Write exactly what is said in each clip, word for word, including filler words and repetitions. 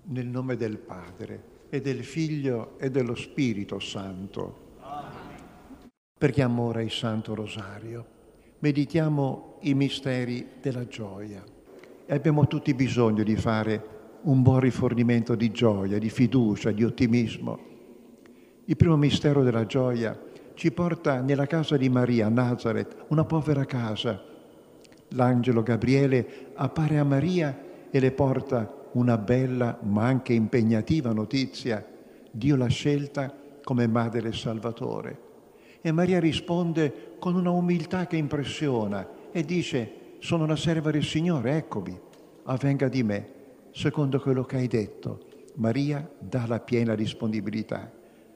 Nel nome del Padre, e del Figlio, e dello Spirito Santo. Preghiamo ora il Santo Rosario. Meditiamo i misteri della gioia. E abbiamo tutti bisogno di fare un buon rifornimento di gioia, di fiducia, di ottimismo. Il primo mistero della gioia ci porta nella casa di Maria, a Nazareth, una povera casa. L'angelo Gabriele appare a Maria e le porta una bella ma anche impegnativa notizia. Dio l'ha scelta come madre del Salvatore. E Maria risponde con una umiltà che impressiona e dice: sono la serva del Signore, eccomi, avvenga di me, secondo quello che hai detto. Maria dà la piena disponibilità.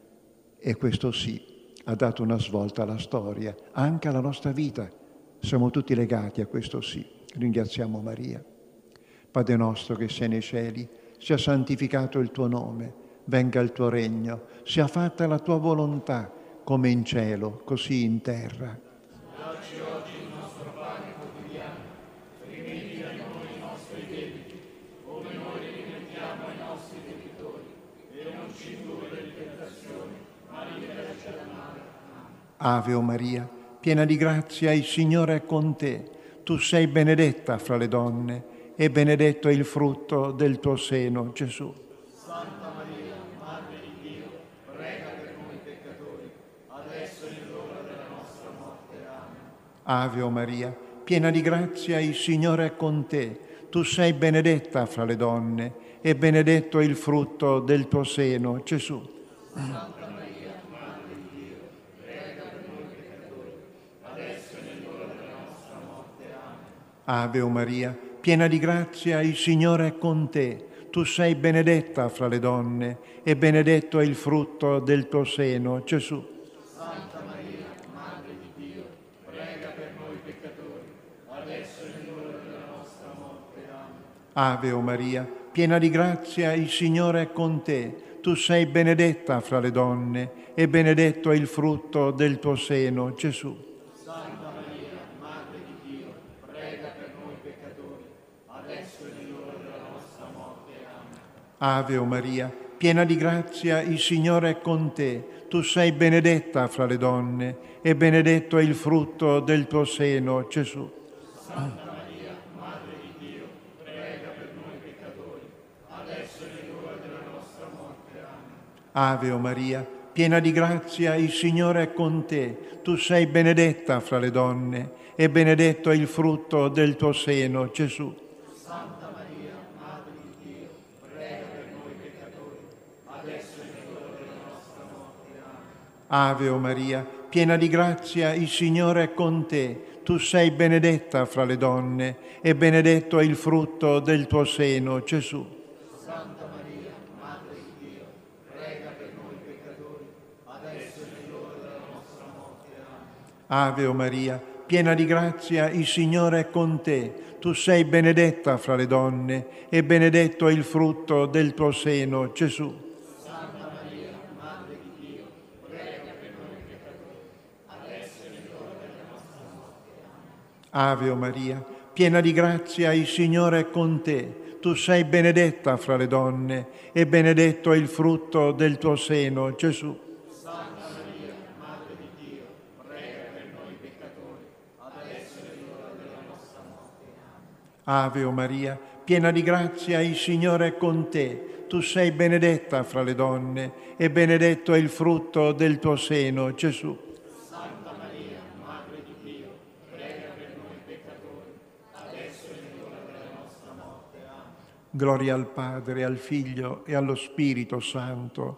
E questo sì, ha dato una svolta alla storia, anche alla nostra vita. Siamo tutti legati a questo sì. Ringraziamo Maria. Padre nostro che sei nei cieli, sia santificato il tuo nome, venga il tuo regno, sia fatta la tua volontà, come in cielo, così in terra. Dacci oggi il nostro pane quotidiano, rimetti a noi i nostri debiti, come noi rimettiamo ai nostri debitori, e non ci indurre in tentazione, ma liberaci dal male. Ave o Maria, piena di grazia, il Signore è con te. Tu sei benedetta fra le donne, e benedetto è il frutto del tuo seno, Gesù. Santa Maria, Madre di Dio, prega per noi peccatori, adesso è l'ora della nostra morte. Amen. Ave o Maria, piena di grazia, il Signore è con te. Tu sei benedetta fra le donne, e benedetto è il frutto del tuo seno, Gesù. Santa Maria, Madre di Dio, prega per noi peccatori, adesso è l'ora della nostra morte. Amen. Ave o Maria, piena di grazia, il Signore è con te. Tu sei benedetta fra le donne, e benedetto è il frutto del tuo seno, Gesù. Santa Maria, Madre di Dio, prega per noi peccatori, adesso è l'ora della nostra morte. Amen. Ave o Maria, piena di grazia, il Signore è con te. Tu sei benedetta fra le donne, e benedetto è il frutto del tuo seno, Gesù. Santa Maria, Madre di Dio, prega per noi peccatori, adesso è l'ora della nostra morte. Amen. Ave o Maria, piena di grazia, il Signore è con te. Tu sei benedetta fra le donne, e benedetto è il frutto del tuo seno, Gesù. Santa Maria, Madre di Dio, prega per noi peccatori, adesso è l'ora della nostra morte. Amen. Ave o Maria, piena di grazia, il Signore è con te. Tu sei benedetta fra le donne, e benedetto è il frutto del tuo seno, Gesù. Santa Maria, Madre di Dio, prega per noi peccatori, adesso è l'ora della nostra morte. Amen. Ave o Maria, piena di grazia, il Signore è con te. Tu sei benedetta fra le donne, e benedetto è il frutto del tuo seno, Gesù. Santa Maria, Madre di Dio, prega per noi peccatori, adesso è l'ora della nostra morte. Amen. Ave o Maria, piena di grazia, il Signore è con te. Tu sei benedetta fra le donne, e benedetto è il frutto del tuo seno, Gesù. Santa Maria, Madre di Dio, prega per noi peccatori, adesso è l'ora della nostra morte. Amen. Ave o Maria, piena di grazia, il Signore è con te. Tu sei benedetta fra le donne, e benedetto è il frutto del tuo seno, Gesù. Santa Maria, Madre di Dio, prega per noi peccatori, adesso è l'ora della nostra morte. Amen. Ave o Maria, piena di grazia, il Signore è con te. Tu sei benedetta fra le donne, e benedetto è il frutto del tuo seno, Gesù. Santa Maria, Madre di Dio, prega per noi peccatori, adesso è l'ora della nostra morte. Amen. Gloria al Padre, al Figlio e allo Spirito Santo.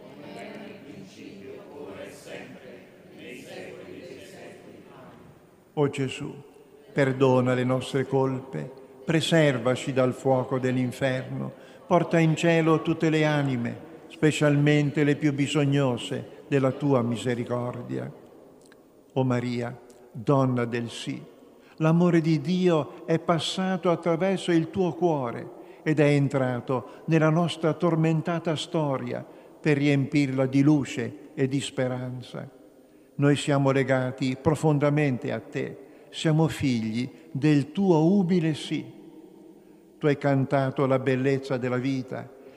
O Gesù, perdona le nostre colpe, preservaci dal fuoco dell'inferno, porta in cielo tutte le anime, specialmente le più bisognose della tua misericordia. O Maria, donna del sì, l'amore di Dio è passato attraverso il tuo cuore ed è entrato nella nostra tormentata storia per riempirla di luce e di speranza. Noi siamo legati profondamente a te, siamo figli del tuo umile sì. Tu hai cantato la bellezza della vita,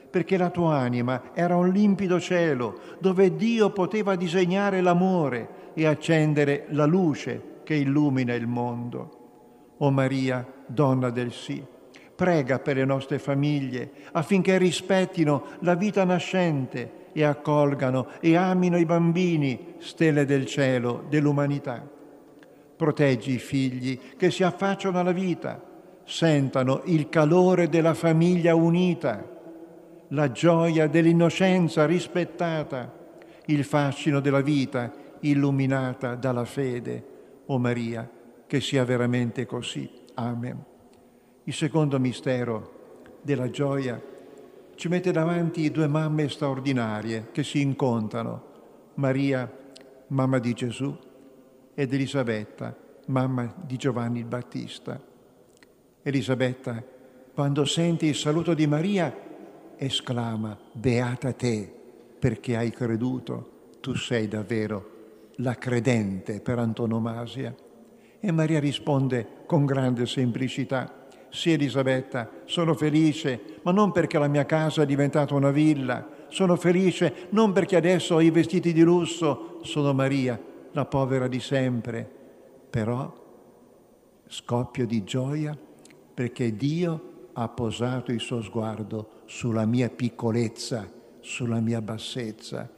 perché la tua anima era un limpido cielo dove Dio poteva disegnare l'amore e accendere la luce che illumina il mondo. O Maria, donna del sì, prega per le nostre famiglie affinché rispettino la vita nascente e accolgano e amino i bambini, stelle del cielo, dell'umanità. Proteggi i figli che si affacciano alla vita, sentano il calore della famiglia unita, la gioia dell'innocenza rispettata, il fascino della vita illuminata dalla fede. O Maria, che sia veramente così. Amen. Il secondo mistero della gioia ci mette davanti due mamme straordinarie che si incontrano, Maria, mamma di Gesù, ed Elisabetta, mamma di Giovanni il Battista. Elisabetta, quando sente il saluto di Maria, esclama: beata te, perché hai creduto, tu sei davvero la credente per antonomasia. E Maria risponde con grande semplicità: sì, Elisabetta, sono felice, ma non perché la mia casa è diventata una villa, sono felice non perché adesso ho i vestiti di lusso, sono Maria, la povera di sempre, però scoppio di gioia perché Dio ha posato il suo sguardo sulla mia piccolezza, sulla mia bassezza.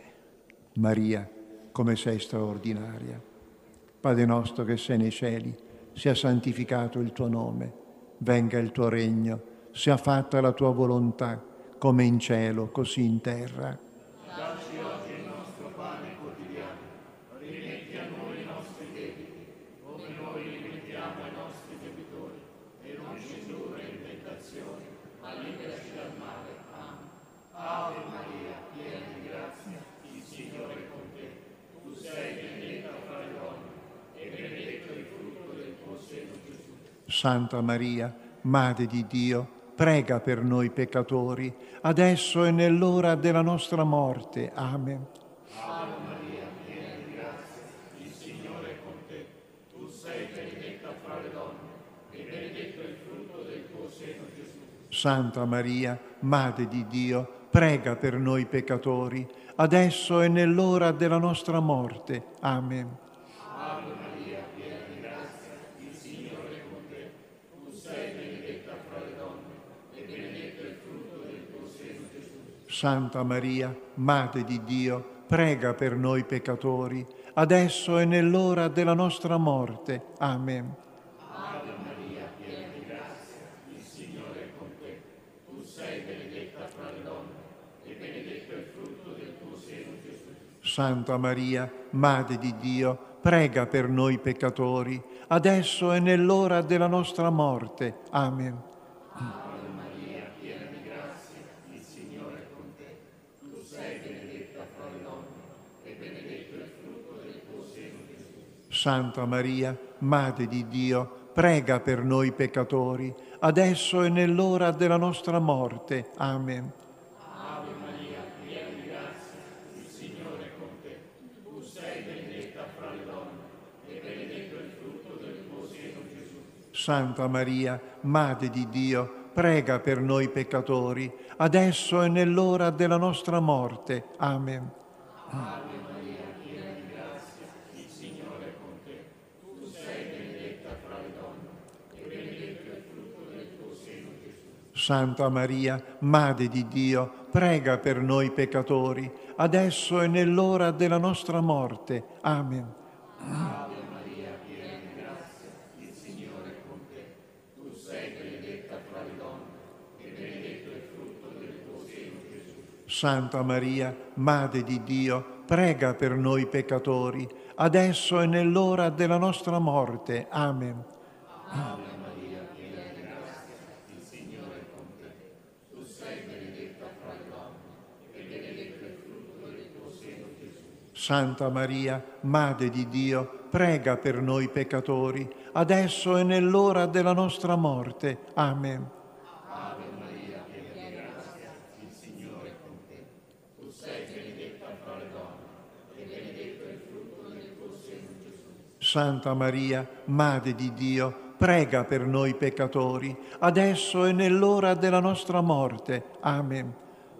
Maria, come sei straordinaria. Padre nostro che sei nei cieli, sia santificato il tuo nome, venga il tuo regno, sia fatta la tua volontà, come in cielo, così in terra. Dacci oggi il nostro pane quotidiano, rimetti a noi i nostri debiti, come noi rimettiamo ai nostri debitori, e non ci indurre in tentazione, ma liberaci dal male. Amen. Ave Maria, piena di grazia, il Signore è con te. Tu sei benedetta fra le donne, e benedetto il frutto del tuo seno, Gesù. Santa Maria, Madre di Dio, prega per noi peccatori, adesso e nell'ora della nostra morte. Amen. Ave Maria, piena di grazia, il Signore è con te. Tu sei benedetta fra le donne, e benedetto il frutto del tuo seno, Gesù. Santa Maria, Madre di Dio, prega per noi peccatori, adesso e nell'ora della nostra morte. Amen. Ave Maria, piena di grazia, il Signore è con te. Tu sei benedetta fra le donne, e benedetto il frutto del tuo seno, Gesù. Santa Maria, Madre di Dio, prega per noi peccatori, adesso e nell'ora della nostra morte. Amen. Ave Maria, piena di grazia, il Signore è con te. Tu sei benedetta fra le donne, e benedetto il frutto del tuo seno, Gesù. Santa Maria, Madre di Dio, prega per noi peccatori, adesso e nell'ora della nostra morte. Amen. Ave Maria, piena di grazia, il Signore è con te. Tu sei benedetta fra le donne, e benedetto il frutto del tuo seno, Gesù. Santa Maria, Madre di Dio, prega per noi peccatori, adesso e nell'ora della nostra morte. Amen. Ave Maria, piena di grazia, il Signore è con te. Tu sei benedetta fra le donne, e benedetto il frutto del tuo seno, Gesù. Santa Maria, Madre di Dio, prega per noi peccatori, adesso e nell'ora della nostra morte. Amen. Ave Maria, piena di grazia, il Signore è con te. Tu sei benedetta fra le donne, e benedetto il frutto del tuo seno, Gesù. Santa Maria, Madre di Dio, prega per noi peccatori, adesso e nell'ora della nostra morte. Amen. Ave Maria, piena di grazia, il Signore è con te. Tu sei benedetta fra le donne, e benedetto il frutto del tuo seno, Gesù. Santa Maria, Madre di Dio, prega per noi peccatori, adesso e nell'ora della nostra morte. Amen. Ave Maria, piena di grazia, il Signore è con te. Tu sei benedetta fra le donne, e benedetto il frutto del tuo seno, Gesù. Santa Maria, Madre di Dio, prega per noi peccatori, adesso e nell'ora della nostra morte. Amen. Ave Maria, piena di grazia, il Signore è con te. Tu sei benedetta fra le donne, e benedetto il frutto del tuo seno, Gesù. Santa Maria, Madre di Dio, prega per noi peccatori, adesso e nell'ora della nostra morte. Amen.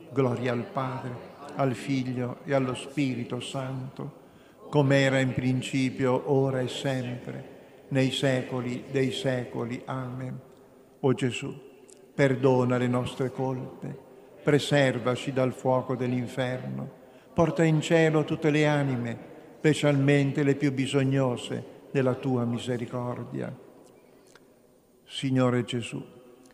Gloria al Padre, al Figlio e allo Spirito Santo, come era in principio, ora e sempre, nei secoli dei secoli. Amen. O Gesù, perdona le nostre colpe, preservaci dal fuoco dell'inferno, porta in cielo tutte le anime, specialmente le più bisognose della tua misericordia. Signore Gesù,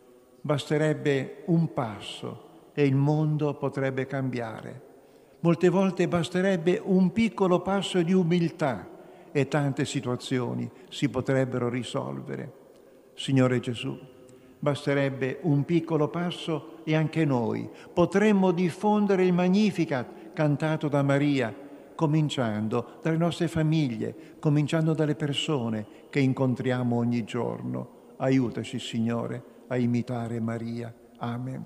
basterebbe un passo e il mondo potrebbe cambiare. Molte volte basterebbe un piccolo passo di umiltà e tante situazioni si potrebbero risolvere. Signore Gesù, basterebbe un piccolo passo e anche noi potremmo diffondere il Magnificat cantato da Maria, cominciando dalle nostre famiglie, cominciando dalle persone che incontriamo ogni giorno. Aiutaci, Signore, a imitare Maria. Amen.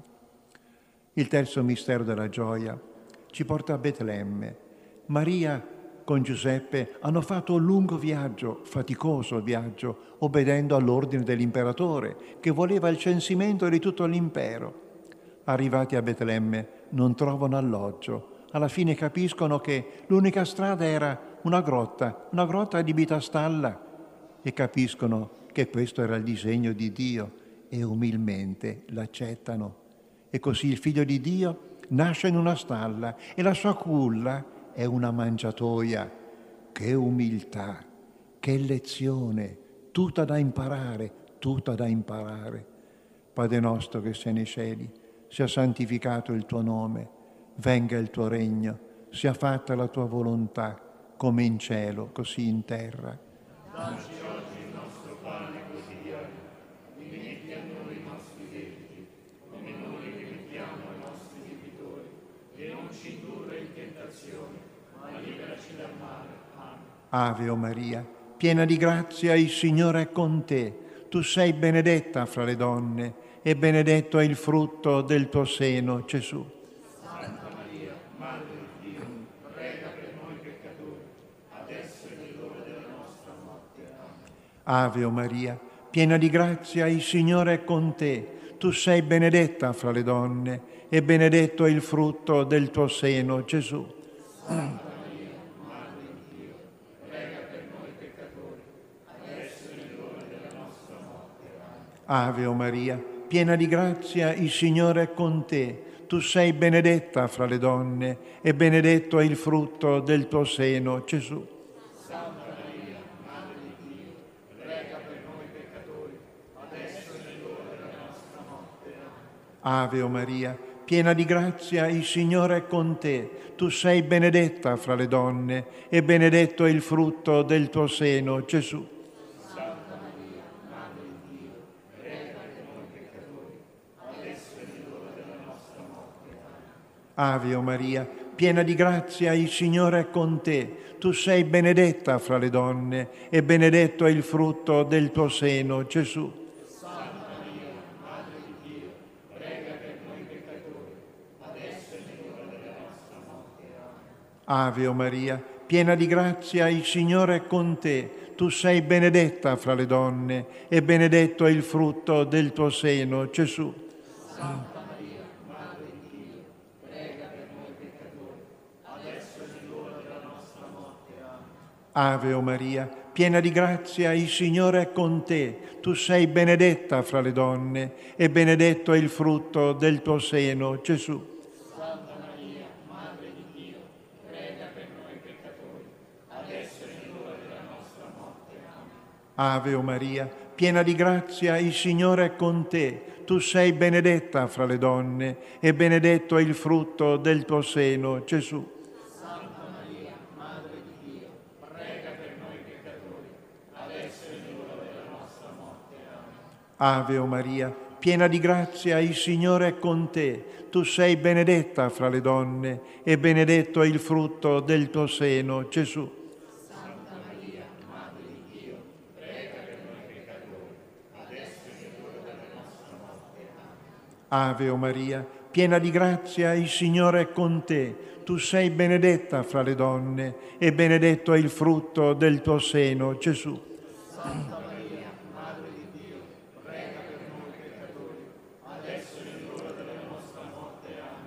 Il terzo mistero della gioia ci porta a Betlemme. Maria con Giuseppe hanno fatto un lungo viaggio, faticoso viaggio, obbedendo all'ordine dell'imperatore che voleva il censimento di tutto l'impero. Arrivati a Betlemme non trovano alloggio. Alla fine capiscono che l'unica strada era una grotta, una grotta adibita a stalla, e capiscono che questo era il disegno di Dio e umilmente l'accettano. E così il Figlio di Dio nasce in una stalla e la sua culla è una mangiatoia. Che umiltà, che lezione, tutta da imparare, tutta da imparare. Padre nostro che sei nei cieli, sia santificato il tuo nome, venga il tuo regno, sia fatta la tua volontà, come in cielo, così in terra. Dacci oggi il nostro pane quotidiano, rimetti a noi i nostri debiti, come noi rimettiamo ai nostri debitori, e non ci indurre in tentazione, ma liberaci dal male. Amen. Ave o Maria, piena di grazia, il Signore è con te. Tu sei benedetta fra le donne, e benedetto è il frutto del tuo seno, Gesù. Santa Maria, Madre di Dio, prega per noi peccatori, adesso è l'ora della nostra morte. Amen. Ave o Maria, piena di grazia, il Signore è con te. Tu sei benedetta fra le donne, e benedetto è il frutto del tuo seno, Gesù. Santa Maria, Madre di Dio, prega per noi peccatori, adesso è l'ora della nostra morte. Amen. Ave o Maria, piena di grazia, il Signore è con te. Tu sei benedetta fra le donne, e benedetto è il frutto del tuo seno, Gesù. Santa Maria, Madre di Dio, prega per noi peccatori, adesso è l'ora della nostra morte. Amen. Ave o Maria, piena di grazia, il Signore è con te. Tu sei benedetta fra le donne, e benedetto è il frutto del tuo seno, Gesù. Santa Maria, Madre di Dio, prega per noi peccatori, adesso è l'ora della nostra morte. Amen. Ave o Maria, piena di grazia, il Signore è con te. Tu sei benedetta fra le donne, e benedetto è il frutto del tuo seno, Gesù. Santa Maria, Madre di Dio, prega per noi peccatori, adesso è l'ora della nostra morte. Amen. Ave o Maria, piena di grazia, il Signore è con te. Tu sei benedetta fra le donne, e benedetto è il frutto del tuo seno, Gesù. Santa Maria, Madre di Dio, prega per noi peccatori, adesso è l'ora della nostra morte. Amen. Ave o Maria, piena di grazia, il Signore è con te. Tu sei benedetta fra le donne, e benedetto è il frutto del tuo seno, Gesù. Santa Maria, Madre di Dio, prega per noi peccatori, adesso è l'ora della nostra morte. Amen. Ave o Maria, piena di grazia, il Signore è con te. Tu sei benedetta fra le donne, e benedetto è il frutto del tuo seno, Gesù. Santa Maria, Madre di Dio, prega per noi peccatori, adesso è l'ora della nostra morte. Amen. Ave o Maria, piena di grazia, il Signore è con te. Tu sei benedetta fra le donne, e benedetto è il frutto del tuo seno, Gesù. Santa Maria, Madre di Dio, prega per noi peccatori, adesso è l'ora della nostra morte. Amen. Ave o Maria, piena di grazia, il Signore è con te. Tu sei benedetta fra le donne, e benedetto è il frutto del tuo seno, Gesù. Santa Maria, Madre di Dio, prega per noi peccatori, adesso è l'ora della nostra morte. Amen.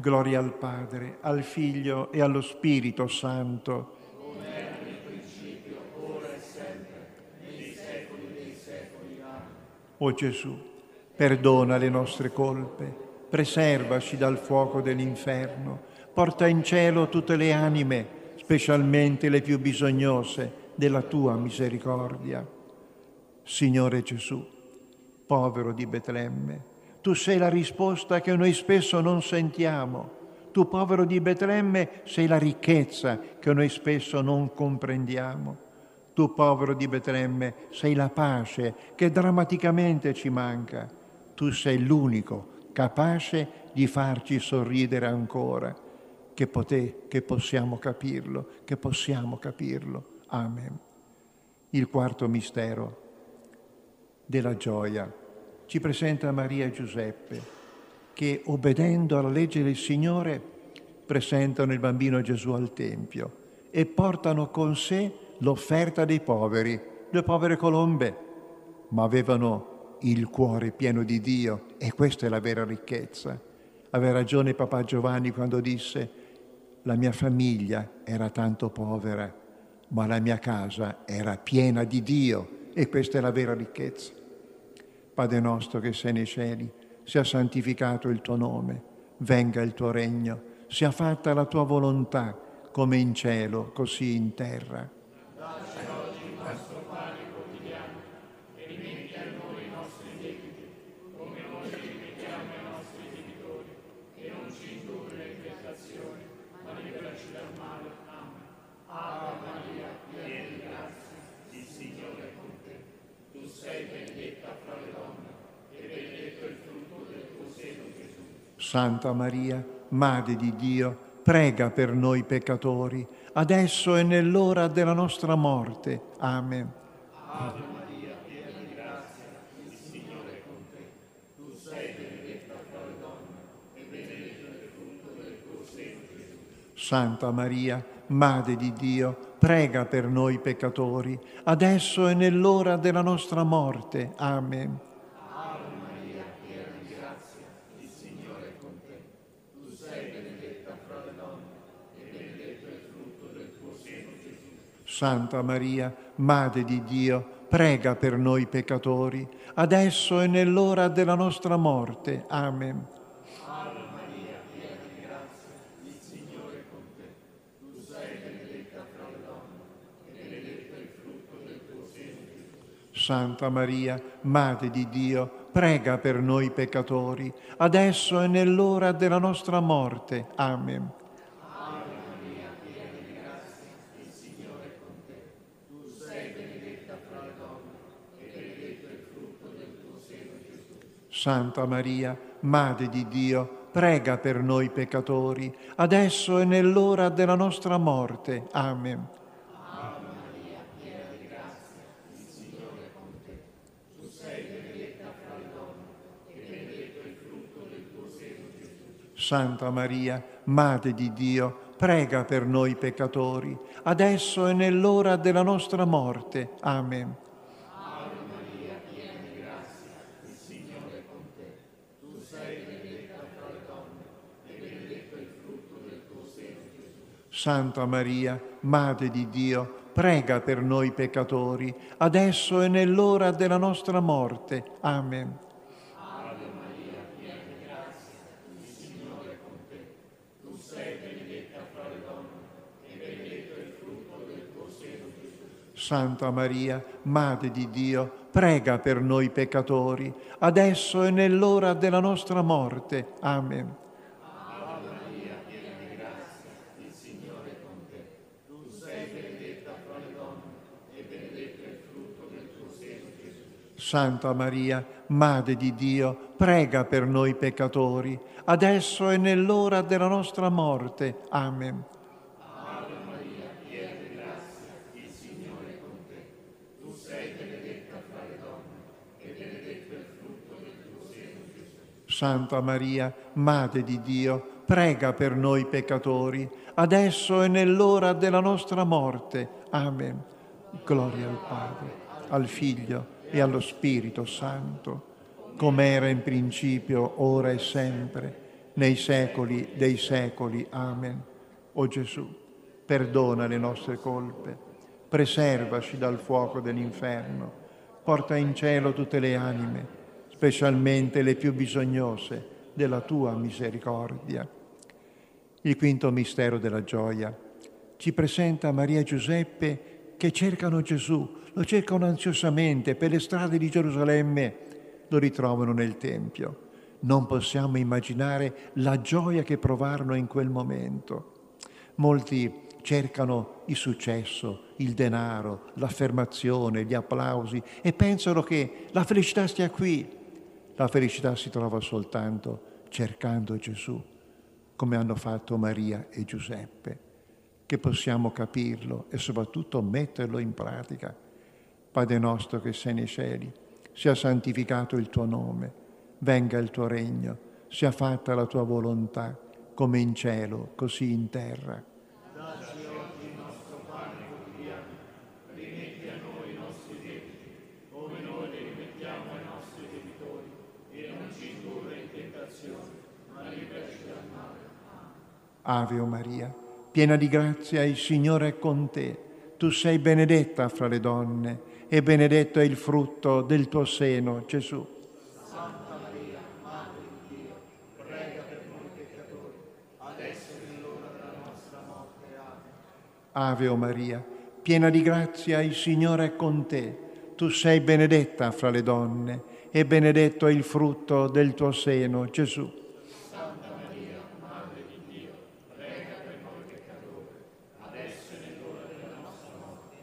Gloria al Padre, al Figlio e allo Spirito Santo. come era nel principio, ora e sempre, nei secoli dei secoli. Amen. O Gesù, perdona le nostre colpe, preservaci dal fuoco dell'inferno, porta in cielo tutte le anime, specialmente le più bisognose della tua misericordia. Signore Gesù, povero di Betlemme, tu sei la risposta che noi spesso non sentiamo. Tu, povero di Betlemme, sei la ricchezza che noi spesso non comprendiamo. Tu, povero di Betlemme, sei la pace che drammaticamente ci manca. Tu sei l'unico capace di farci sorridere ancora. Che, poté, che possiamo capirlo, che possiamo capirlo. Amen. Il quarto mistero della gioia ci presenta Maria e Giuseppe che, obbedendo alla legge del Signore, presentano il bambino Gesù al Tempio e portano con sé l'offerta dei poveri, le povere colombe, ma avevano il cuore pieno di Dio e questa è la vera ricchezza. Aveva ragione Papà Giovanni quando disse: la mia famiglia era tanto povera, ma la mia casa era piena di Dio e questa è la vera ricchezza. Padre nostro che sei nei cieli, sia santificato il tuo nome, venga il tuo regno, sia fatta la tua volontà, come in cielo, così in terra. Dacci oggi il nostro pane quotidiano e rimetti a noi i nostri debiti, come noi rimettiamo ai nostri debitori, e non ci indurre in tentazione, ma liberaci dal male. Amen. Ave Maria, piena di grazia, il Signore è con te. Tu sei benedetta fra le donne, e benedetto il frutto del tuo seno, Gesù. Santa Maria, Madre di Dio, prega per noi peccatori, adesso e nell'ora della nostra morte. Amen. Ave Maria, piena di grazia, il Signore è con te. Tu sei benedetta fra le donne, e benedetto il frutto del tuo seno, Gesù. Santa Maria, Madre di Dio, prega per noi peccatori, adesso e nell'ora della nostra morte. Amen. Ave Maria, piena di grazia, il Signore è con te. Tu sei benedetta fra le donne, e benedetto il frutto del tuo seno, Gesù. Santa Maria, Madre di Dio, prega per noi peccatori, adesso e nell'ora della nostra morte. Amen. Ave Maria, piena di grazia, il Signore è con te. Tu sei benedetta fra le donne, e benedetto il frutto del tuo seno, Gesù. Santa Maria, Madre di Dio, prega per noi peccatori, adesso e nell'ora della nostra morte. Amen. Ave Maria, piena di grazia, il Signore è con te. Tu sei benedetta fra le donne, e benedetto il frutto del tuo seno, Gesù. Santa Maria, Madre di Dio, prega per noi peccatori, adesso e nell'ora della nostra morte. Amen. Ave Maria, piena di grazia, il Signore è con te. Tu sei benedetta fra le donne, e benedetto il frutto del tuo seno, Gesù. Santa Maria, Madre di Dio, prega per noi peccatori, adesso e nell'ora della nostra morte. Amen. Ave Maria, piena di grazia, il Signore è con te. Tu sei benedetta fra le donne, e benedetto il frutto del tuo seno, Gesù. Santa Maria, Madre di Dio, prega per noi peccatori, adesso e nell'ora della nostra morte. Amen. Ave Maria, piena di grazia, il Signore è con te. Tu sei benedetta fra le donne, e benedetto il frutto del tuo seno, Gesù. Santa Maria, Madre di Dio, prega per noi peccatori, adesso e nell'ora della nostra morte. Amen. Ave Maria, piena di grazia, il Signore è con te. Tu sei benedetta fra le donne, e benedetto il frutto del tuo seno, Gesù. Santa Maria, Madre di Dio, prega per noi peccatori, adesso e nell'ora della nostra morte. Amen. Ave Maria, piena di grazia, il Signore è con te. Tu sei benedetta fra le donne, e benedetto il frutto del tuo seno, Gesù. Santa Maria, Madre di Dio, prega per noi peccatori, adesso e nell'ora della nostra morte. Amen. Gloria al Padre, al Figlio e allo Spirito Santo, come era in principio, ora e sempre, nei secoli dei secoli. Amen. O Gesù, perdona le nostre colpe, preservaci dal fuoco dell'inferno, porta in cielo tutte le anime, specialmente le più bisognose della tua misericordia. Il quinto mistero della gioia ci presenta Maria e Giuseppe che cercano Gesù, lo cercano ansiosamente per le strade di Gerusalemme, lo ritrovano nel Tempio. Non possiamo immaginare la gioia che provarono in quel momento. Molti cercano il successo, il denaro, l'affermazione, gli applausi e pensano che la felicità stia qui. La felicità si trova soltanto cercando Gesù, come hanno fatto Maria e Giuseppe, che possiamo capirlo e soprattutto metterlo in pratica. Padre nostro che sei nei cieli, sia santificato il tuo nome, venga il tuo regno, sia fatta la tua volontà, come in cielo, così in terra. Dacci oggi il nostro pane quotidiano, rimetti a noi i nostri debiti, come noi li rimettiamo ai nostri debitori, e non ci indurre in tentazione, ma liberaci dal male. Ave o Maria, piena di grazia, il Signore è con te. Tu sei benedetta fra le donne, e benedetto è il frutto del tuo seno, Gesù. Santa Maria, Madre di Dio, prega per noi peccatori, adesso è l'ora della nostra morte. Amen. Ave o Maria, piena di grazia, il Signore è con te. Tu sei benedetta fra le donne, e benedetto è il frutto del tuo seno, Gesù. Santa Maria, Madre di Dio, prega per noi peccatori, adesso è l'ora della nostra morte.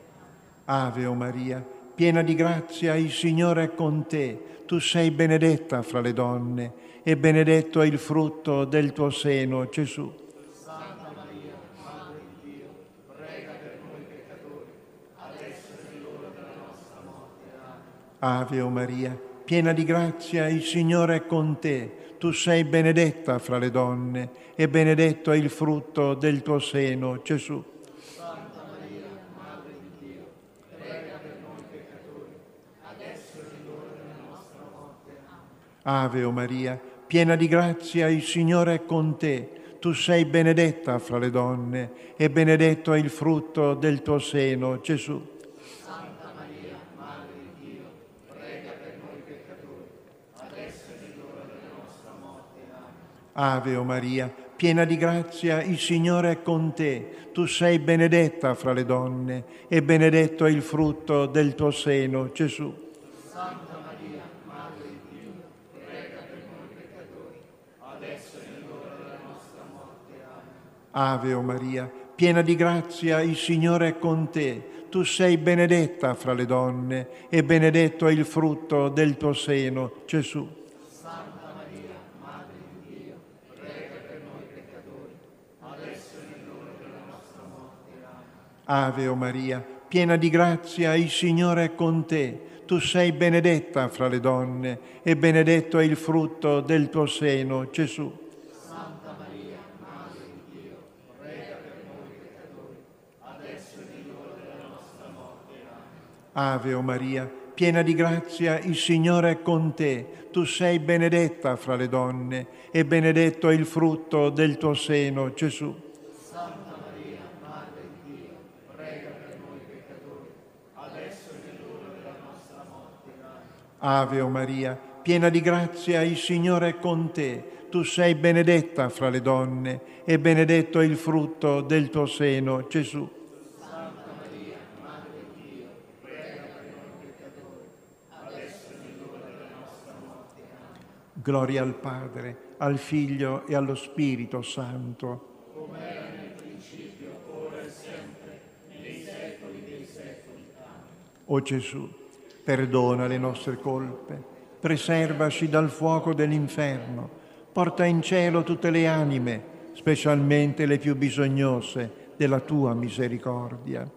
Ave o Maria, piena di grazia, il Signore è con te. Tu sei benedetta fra le donne, e benedetto è il frutto del tuo seno, Gesù. Santa Maria, Madre di Dio, prega per noi peccatori, adesso è l'ora della nostra morte. Amen. Ave o Maria, piena di grazia, il Signore è con te. Tu sei benedetta fra le donne, e benedetto è il frutto del tuo seno, Gesù. Santa Maria, Madre di Dio, prega per noi peccatori, adesso è l'ora della nostra morte. Amen. Ave o Maria, piena di grazia, il Signore è con te. Tu sei benedetta fra le donne, e benedetto è il frutto del tuo seno, Gesù. Santa Maria, Madre di Dio, prega per noi peccatori, adesso è l'ora della nostra morte. Amen. Ave o Maria, piena di grazia, il Signore è con te. Tu sei benedetta fra le donne, e benedetto è il frutto del tuo seno, Gesù. Santa Maria, Madre di Dio, prega per noi peccatori, adesso è l'ora della nostra morte. Amen. Ave o Maria, piena di grazia, il Signore è con te. Tu sei benedetta fra le donne, e benedetto è il frutto del tuo seno, Gesù. Santa Maria, Madre di Dio, prega per noi peccatori, adesso è l'ora della nostra morte. Amen. Ave o Maria, piena di grazia, il Signore è con te. Tu sei benedetta fra le donne, e benedetto è il frutto del tuo seno, Gesù. Santa Maria, Madre di Dio, prega per noi peccatori, adesso è l'ora della nostra morte. Amen. Ave o Maria, piena di grazia, il Signore è con te. Tu sei benedetta fra le donne, e benedetto è il frutto del tuo seno, Gesù. Santa Maria, Madre di Dio, prega per noi peccatori, adesso è l'ora della nostra morte. Amen. Ave o Maria, piena di grazia, il Signore è con te. Tu sei benedetta fra le donne, e benedetto è il frutto del tuo seno, Gesù. Santa Maria, Madre di Dio, prega per noi peccatori, adesso è l'ora della nostra morte. Amen. Gloria al Padre, al Figlio e allo Spirito Santo. Come era nel principio, ora e sempre, nei secoli dei secoli. Amen. O Gesù, perdona le nostre colpe, preservaci dal fuoco dell'inferno, porta in cielo tutte le anime, specialmente le più bisognose della tua misericordia.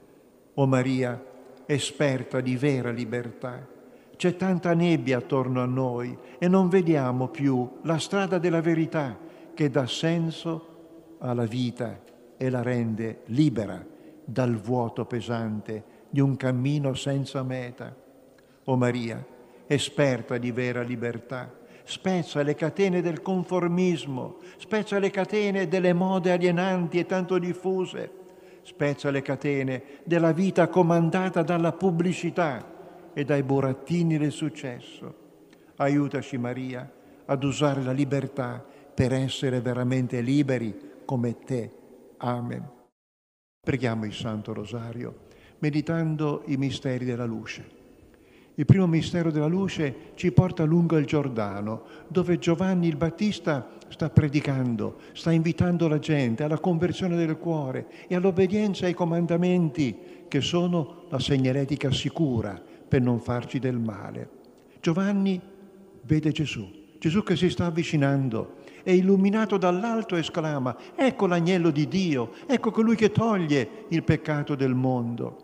O Maria, esperta di vera libertà, c'è tanta nebbia attorno a noi e non vediamo più la strada della verità che dà senso alla vita e la rende libera dal vuoto pesante di un cammino senza meta. O Maria, esperta di vera libertà, spezza le catene del conformismo, spezza le catene delle mode alienanti e tanto diffuse, spezza le catene della vita comandata dalla pubblicità e dai burattini del successo. Aiutaci, Maria, ad usare la libertà per essere veramente liberi come te. Amen. Preghiamo il Santo Rosario, meditando i misteri della luce. Il primo mistero della luce ci porta lungo il Giordano, dove Giovanni il Battista sta predicando, sta invitando la gente alla conversione del cuore e all'obbedienza ai comandamenti, che sono la segnaletica sicura per non farci del male. Giovanni vede Gesù, Gesù che si sta avvicinando, è illuminato dall'alto e esclama: ecco l'agnello di Dio, ecco colui che toglie il peccato del mondo.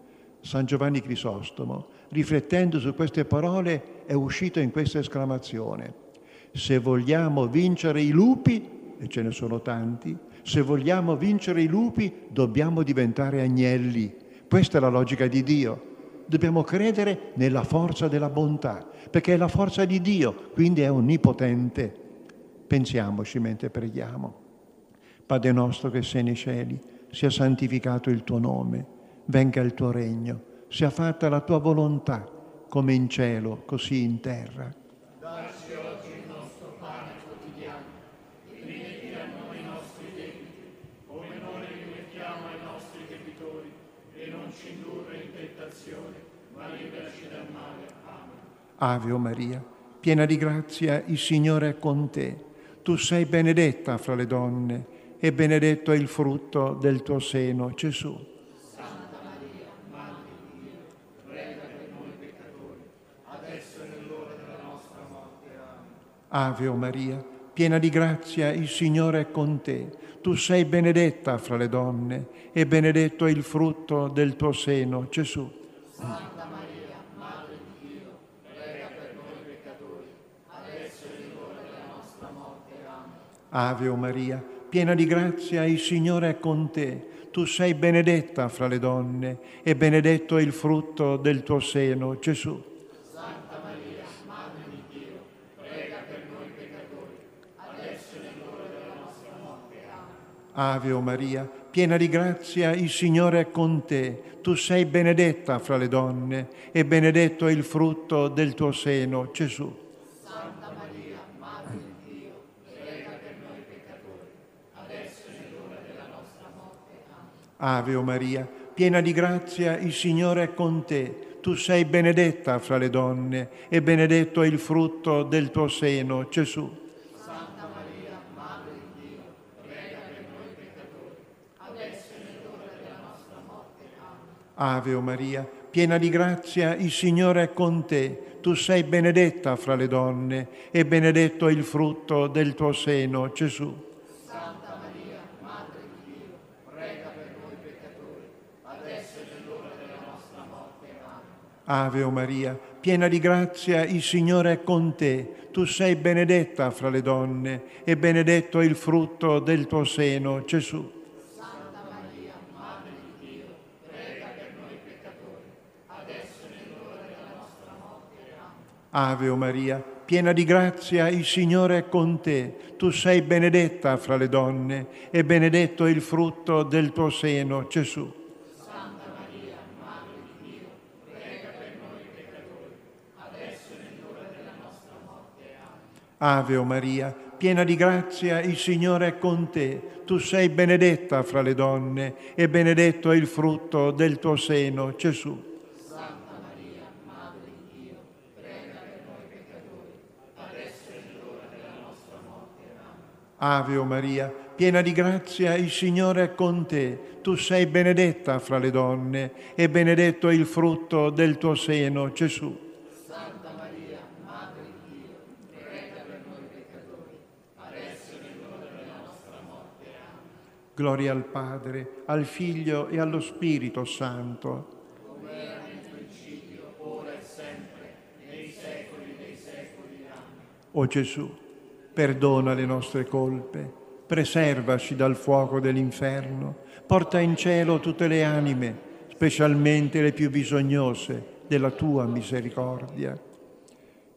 San Giovanni Crisostomo, riflettendo su queste parole, è uscito in questa esclamazione: se vogliamo vincere i lupi, e ce ne sono tanti, se vogliamo vincere i lupi dobbiamo diventare agnelli. Questa è la logica di Dio. Dobbiamo credere nella forza della bontà, perché è la forza di Dio, quindi è onnipotente. Pensiamoci mentre preghiamo. Padre nostro che sei nei cieli, sia santificato il tuo nome, venga il tuo regno, sia fatta la tua volontà, come in cielo, così in terra. Dacci oggi il nostro pane quotidiano, rimetti a noi i nostri debiti, come noi rimettiamo ai nostri debitori, e non ci indurre in tentazione, ma liberaci dal male. Amen. Ave o Maria, piena di grazia, il Signore è con te. Tu sei benedetta fra le donne, e benedetto è il frutto del tuo seno, Gesù. Santa Maria, Madre di Dio, prega per noi peccatori, adesso è nell'ora della nostra morte. Amen. Ave o Maria, piena di grazia, il Signore è con te. Tu sei benedetta fra le donne, e benedetto è il frutto del tuo seno, Gesù. Santa Maria, Madre di Dio, prega per noi peccatori, adesso è l'ora della nostra morte. Amen. Ave o Maria, piena di grazia, il Signore è con te. Tu sei benedetta fra le donne, e benedetto è il frutto del tuo seno, Gesù. Santa Maria, Madre di Dio, prega per noi peccatori, adesso è l'ora della nostra morte. Amen. Ave o Maria, piena di grazia, il Signore è con te. Tu sei benedetta fra le donne, e benedetto è il frutto del tuo seno, Gesù. Santa Maria, Madre di Dio, prega per noi peccatori, adesso è l'ora della nostra morte. Amen. Ave o Maria, piena di grazia, il Signore è con te. Tu sei benedetta fra le donne, e benedetto è il frutto del tuo seno, Gesù. Santa Maria, Madre di Dio, prega per noi peccatori, adesso è l'ora della nostra morte. Amen. Ave o Maria, piena di grazia, il Signore è con te. Tu sei benedetta fra le donne, e benedetto è il frutto del tuo seno, Gesù. Santa Maria, Madre di Dio, prega per noi peccatori, adesso è l'ora della nostra morte. Amen. Ave o Maria, piena di grazia, il Signore è con te. Tu sei benedetta fra le donne, e benedetto è il frutto del tuo seno, Gesù. Santa Maria, Madre di Dio, prega per noi peccatori, adesso è l'ora della nostra morte. Amen. Ave o Maria, piena di grazia, il Signore è con te. Tu sei benedetta fra le donne, e benedetto è il frutto del tuo seno, Gesù. Santa Maria, Madre di Dio, prega per noi peccatori, adesso è l'ora della nostra morte. Amen. Ave o Maria, piena di grazia, il Signore è con te. Tu sei benedetta fra le donne, e benedetto è il frutto del tuo seno, Gesù. Santa Maria, Madre di Dio, prega per noi peccatori, adesso è l'ora della nostra morte. Amen. Ave o Maria, piena di grazia, il Signore è con te. Tu sei benedetta fra le donne, e benedetto è il frutto del tuo seno, Gesù. Santa Maria, Madre di Dio, prega per noi peccatori, adesso è l'ora della nostra morte. Amen. Gloria al Padre, al Figlio e allo Spirito Santo. Come era nel principio, ora e sempre, nei secoli dei secoli. Amen. O Gesù, perdona le nostre colpe, preservaci dal fuoco dell'inferno, porta in cielo tutte le anime, specialmente le più bisognose della tua misericordia.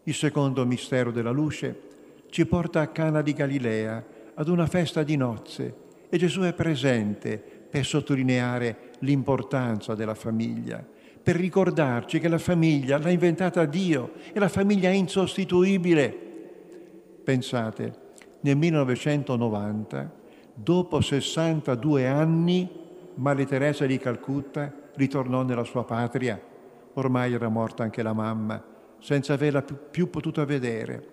Il secondo mistero della luce ci porta a Cana di Galilea, ad una festa di nozze, e Gesù è presente per sottolineare l'importanza della famiglia, per ricordarci che la famiglia l'ha inventata Dio e la famiglia è insostituibile. Pensate, nel millenovecentonovanta, dopo sessantadue anni, Maria Teresa di Calcutta ritornò nella sua patria. Ormai era morta anche la mamma, senza averla più, più potuta vedere.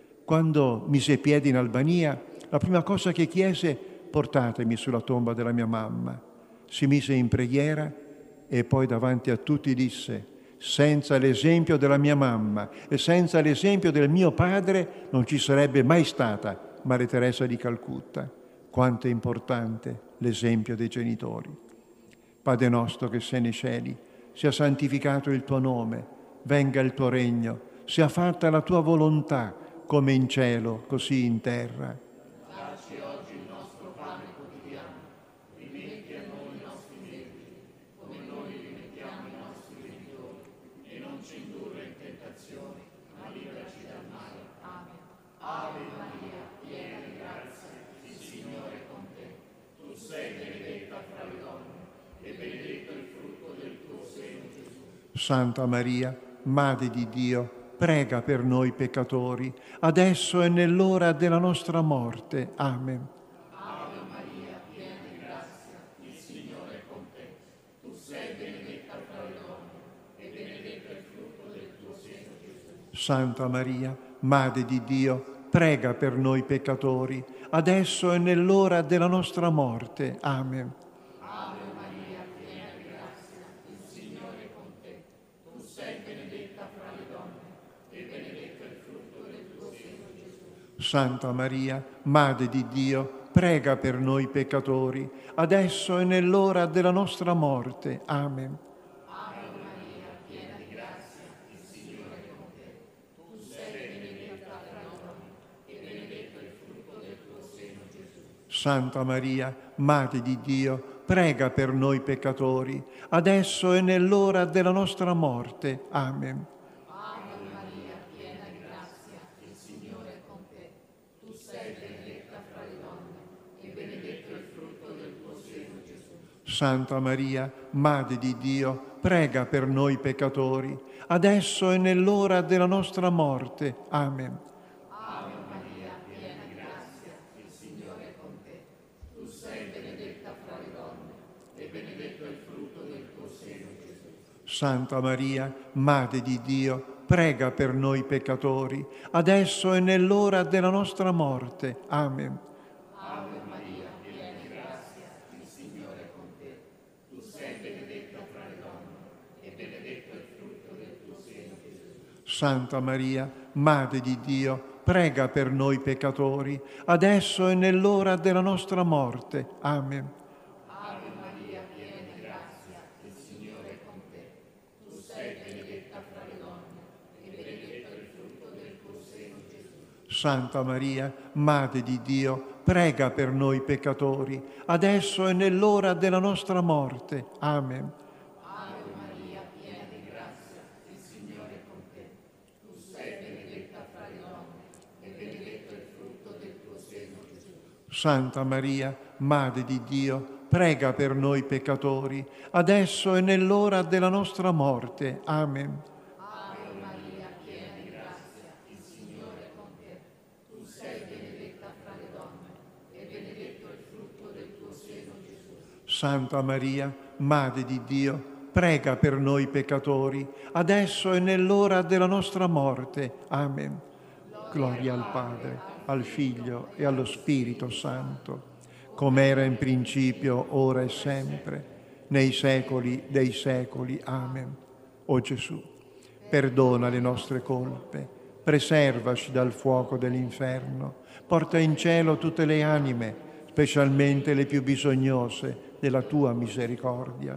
Quando mise piedi in Albania, la prima cosa che chiese: portatemi sulla tomba della mia mamma. Si mise in preghiera e poi davanti a tutti disse: senza l'esempio della mia mamma e senza l'esempio del mio padre non ci sarebbe mai stata Maria Teresa di Calcutta. Quanto è importante l'esempio dei genitori. Padre nostro che sei nei cieli, sia santificato il tuo nome, venga il tuo regno, sia fatta la tua volontà, come in cielo, così in terra. Dacci oggi il nostro pane quotidiano, rimetti a noi i nostri debiti, come noi rimettiamo i nostri debitori, e non ci indurre in tentazione, ma liberaci dal male. Amen. Ave Maria, piena di grazia, il Signore è con te. Tu sei benedetta fra le donne, e benedetto il frutto del tuo seno, Gesù. Santa Maria, Madre di Dio, prega per noi peccatori, adesso e nell'ora della nostra morte. Amen. Ave Maria, piena di grazia, il Signore è con te. Tu sei benedetta fra le donne, e benedetto il frutto del tuo seno, Gesù. Santa Maria, Madre di Dio, prega per noi peccatori, adesso e nell'ora della nostra morte. Amen. Ave Maria, piena di grazia, il Signore è con te. Tu sei benedetta fra le donne, e benedetto il frutto del tuo seno, Gesù. Santa Maria, Madre di Dio, prega per noi peccatori, adesso e nell'ora della nostra morte. Amen. Ave Maria, piena di grazia, il Signore è con te. Tu sei benedetta fra le donne, e benedetto il frutto del tuo seno, Gesù. Santa Maria, Madre di Dio, prega per noi peccatori, adesso e nell'ora della nostra morte. Amen. Ave Maria, piena di grazia, il Signore è con te. Tu sei benedetta fra le donne, e benedetto il frutto del tuo seno, Gesù. Santa Maria, Madre di Dio, prega per noi peccatori, adesso e nell'ora della nostra morte. Amen. Ave Maria, piena di grazia, il Signore è con te. Tu sei benedetta fra le donne, e benedetto il frutto del tuo seno, Gesù. Santa Maria, Madre di Dio, prega per noi peccatori, adesso e nell'ora della nostra morte. Amen. Ave Maria, piena di grazia, il Signore è con te. Tu sei benedetta fra le donne, e benedetto il frutto del tuo seno, Gesù. Santa Maria, Madre di Dio, prega per noi peccatori, adesso e nell'ora della nostra morte. Amen. Ave Maria, piena di grazia, il Signore è con te. Tu sei benedetta fra le donne, e benedetto il frutto del tuo seno, Gesù. Santa Maria, Madre di Dio, prega per noi peccatori, adesso e nell'ora della nostra morte. Amen. Ave Maria, piena di grazia, il Signore è con te. Tu sei benedetta fra le donne, e benedetto il frutto del tuo seno, Gesù. Santa Maria, Madre di Dio, prega per noi peccatori, adesso e nell'ora della nostra morte. Amen. Ave Maria, piena di grazia, il Signore è con te. Tu sei benedetta fra le donne, e benedetto il frutto del tuo seno, Gesù. Santa Maria, Madre di Dio, prega per noi peccatori, adesso e nell'ora della nostra morte. Amen. Gloria al Padre, al Figlio e allo Spirito Santo, come era in principio, ora e sempre, nei secoli dei secoli. Amen. O Gesù, perdona le nostre colpe, preservaci dal fuoco dell'inferno, porta in cielo tutte le anime, specialmente le più bisognose della tua misericordia.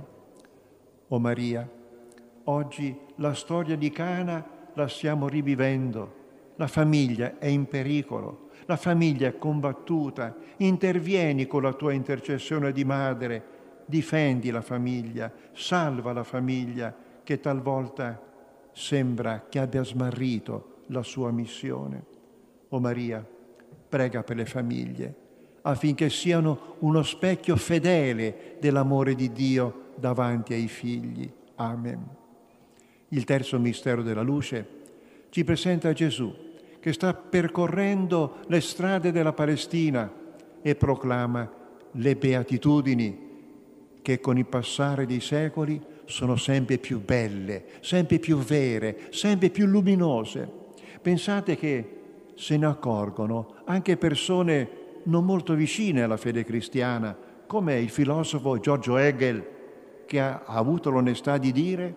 O Maria, oggi la storia di Cana la stiamo rivivendo. La famiglia è in pericolo, la famiglia è combattuta. Intervieni con la tua intercessione di madre, difendi la famiglia, salva la famiglia che talvolta sembra che abbia smarrito la sua missione. O Maria, prega per le famiglie, affinché siano uno specchio fedele dell'amore di Dio davanti ai figli. Amen. Il terzo mistero della luce ci presenta Gesù, che sta percorrendo le strade della Palestina e proclama le beatitudini che con il passare dei secoli sono sempre più belle, sempre più vere, sempre più luminose. Pensate che se ne accorgono anche persone non molto vicine alla fede cristiana, come il filosofo Giorgio Hegel, che ha avuto l'onestà di dire: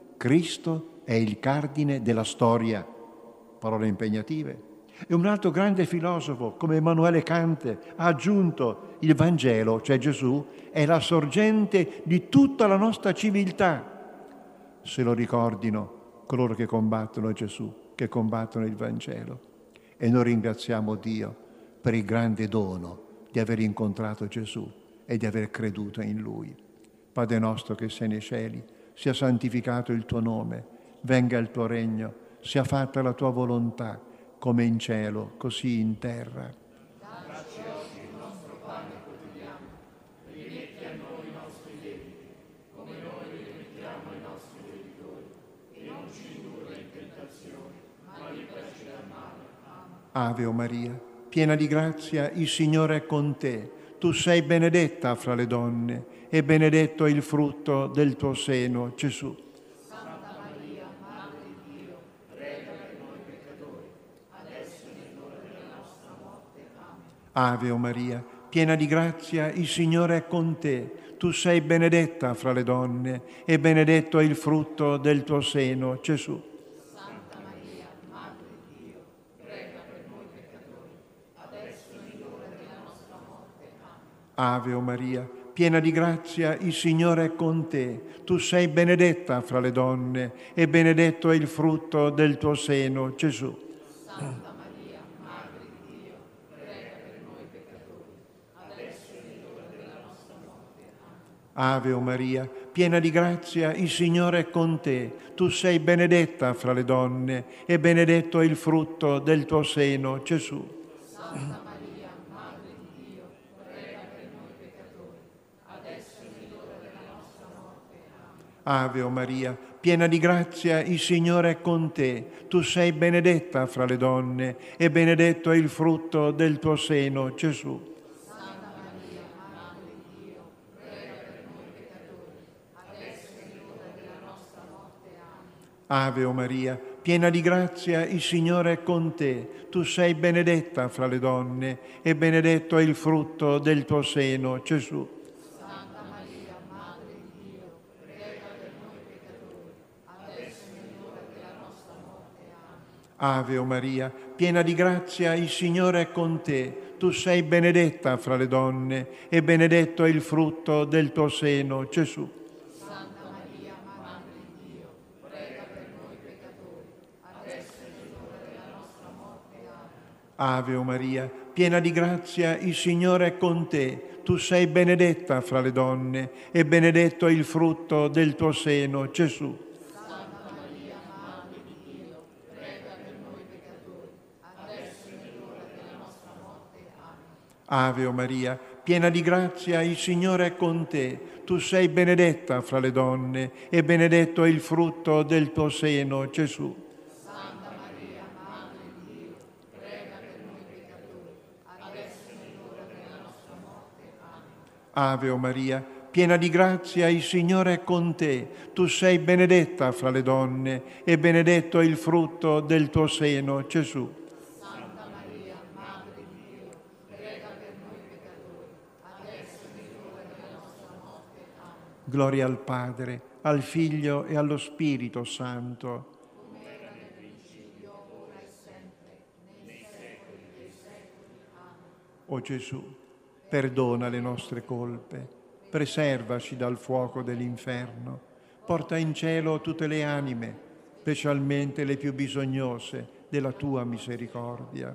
Cristo è il cardine della storia. Parole impegnative. E un altro grande filosofo, come Emanuele Kant, ha aggiunto: il Vangelo, cioè Gesù, è la sorgente di tutta la nostra civiltà. Se lo ricordino coloro che combattono Gesù, che combattono il Vangelo. E noi ringraziamo Dio per il grande dono di aver incontrato Gesù e di aver creduto in Lui. Padre nostro che sei nei cieli, sia santificato il tuo nome, venga il tuo regno, sia fatta la tua volontà, come in cielo, così in terra. Dacci oggi il nostro pane quotidiano, rimetti a noi i nostri debiti, come noi rimettiamo ai nostri debitori, e non ci indurre in tentazione, ma liberaci dal male. Ave o Maria, piena di grazia, il Signore è con te. Tu sei benedetta fra le donne, e benedetto è il frutto del tuo seno, Gesù. Santa Maria, Madre di Dio, prega per noi peccatori, adesso è l'ora della nostra morte. Amen. Ave o Maria, piena di grazia, il Signore è con te. Tu sei benedetta fra le donne, e benedetto è il frutto del tuo seno, Gesù. Santa Maria, Madre di Dio, prega per noi peccatori, adesso è l'ora della nostra morte. Amen. Ave o Maria, piena di grazia, il Signore è con te. Tu sei benedetta fra le donne, e benedetto è il frutto del tuo seno, Gesù. Santa Maria, Madre di Dio, prega per noi peccatori, adesso è l'ora della nostra morte. Amen. Ave o Maria, piena di grazia, il Signore è con te. Tu sei benedetta fra le donne, e benedetto è il frutto del tuo seno, Gesù. Santa Maria, Madre di Dio, prega per noi peccatori, adesso è l'ora della nostra morte. Amen. Ave o Maria, piena di grazia, il Signore è con te. Tu sei benedetta fra le donne, e benedetto è il frutto del tuo seno, Gesù. Santa Maria, Madre di Dio, prega per noi peccatori, adesso è l'ora della nostra morte. Amen. Ave o Maria, piena di grazia, il Signore è con te. Tu sei benedetta fra le donne, e benedetto è il frutto del tuo seno, Gesù. Santa Maria, Madre di Dio, prega per noi peccatori, adesso è l'ora della nostra morte. Amen. Ave o Maria, piena di grazia, il Signore è con te. Tu sei benedetta fra le donne, e benedetto è il frutto del tuo seno, Gesù. Santa Maria, Madre di Dio, prega per noi peccatori, adesso è l'ora della nostra morte. Amen. Ave o Maria, piena di grazia, il Signore è con te. Tu sei benedetta fra le donne, e benedetto è il frutto del tuo seno, Gesù. Santa Maria, Madre di Dio, prega per noi peccatori, adesso è l'ora della nostra morte. Amen. Ave o Maria, piena di grazia, il Signore è con te. Tu sei benedetta fra le donne, e benedetto è il frutto del tuo seno, Gesù. Santa Maria, Madre di Dio, prega per noi peccatori, adesso è l'ora della nostra morte. Amen. Ave o Maria, piena di grazia, il Signore è con te. Tu sei benedetta fra le donne, e benedetto è il frutto del tuo seno, Gesù. Santa Maria, Madre di Dio, prega per noi peccatori, adesso è l'ora della nostra morte. Amen. Gloria al Padre, al Figlio e allo Spirito Santo. Come era nel principio, ora e sempre, nei secoli dei secoli. Amen. O Gesù, perdona le nostre colpe, preservaci dal fuoco dell'inferno, porta in cielo tutte le anime, specialmente le più bisognose della tua misericordia.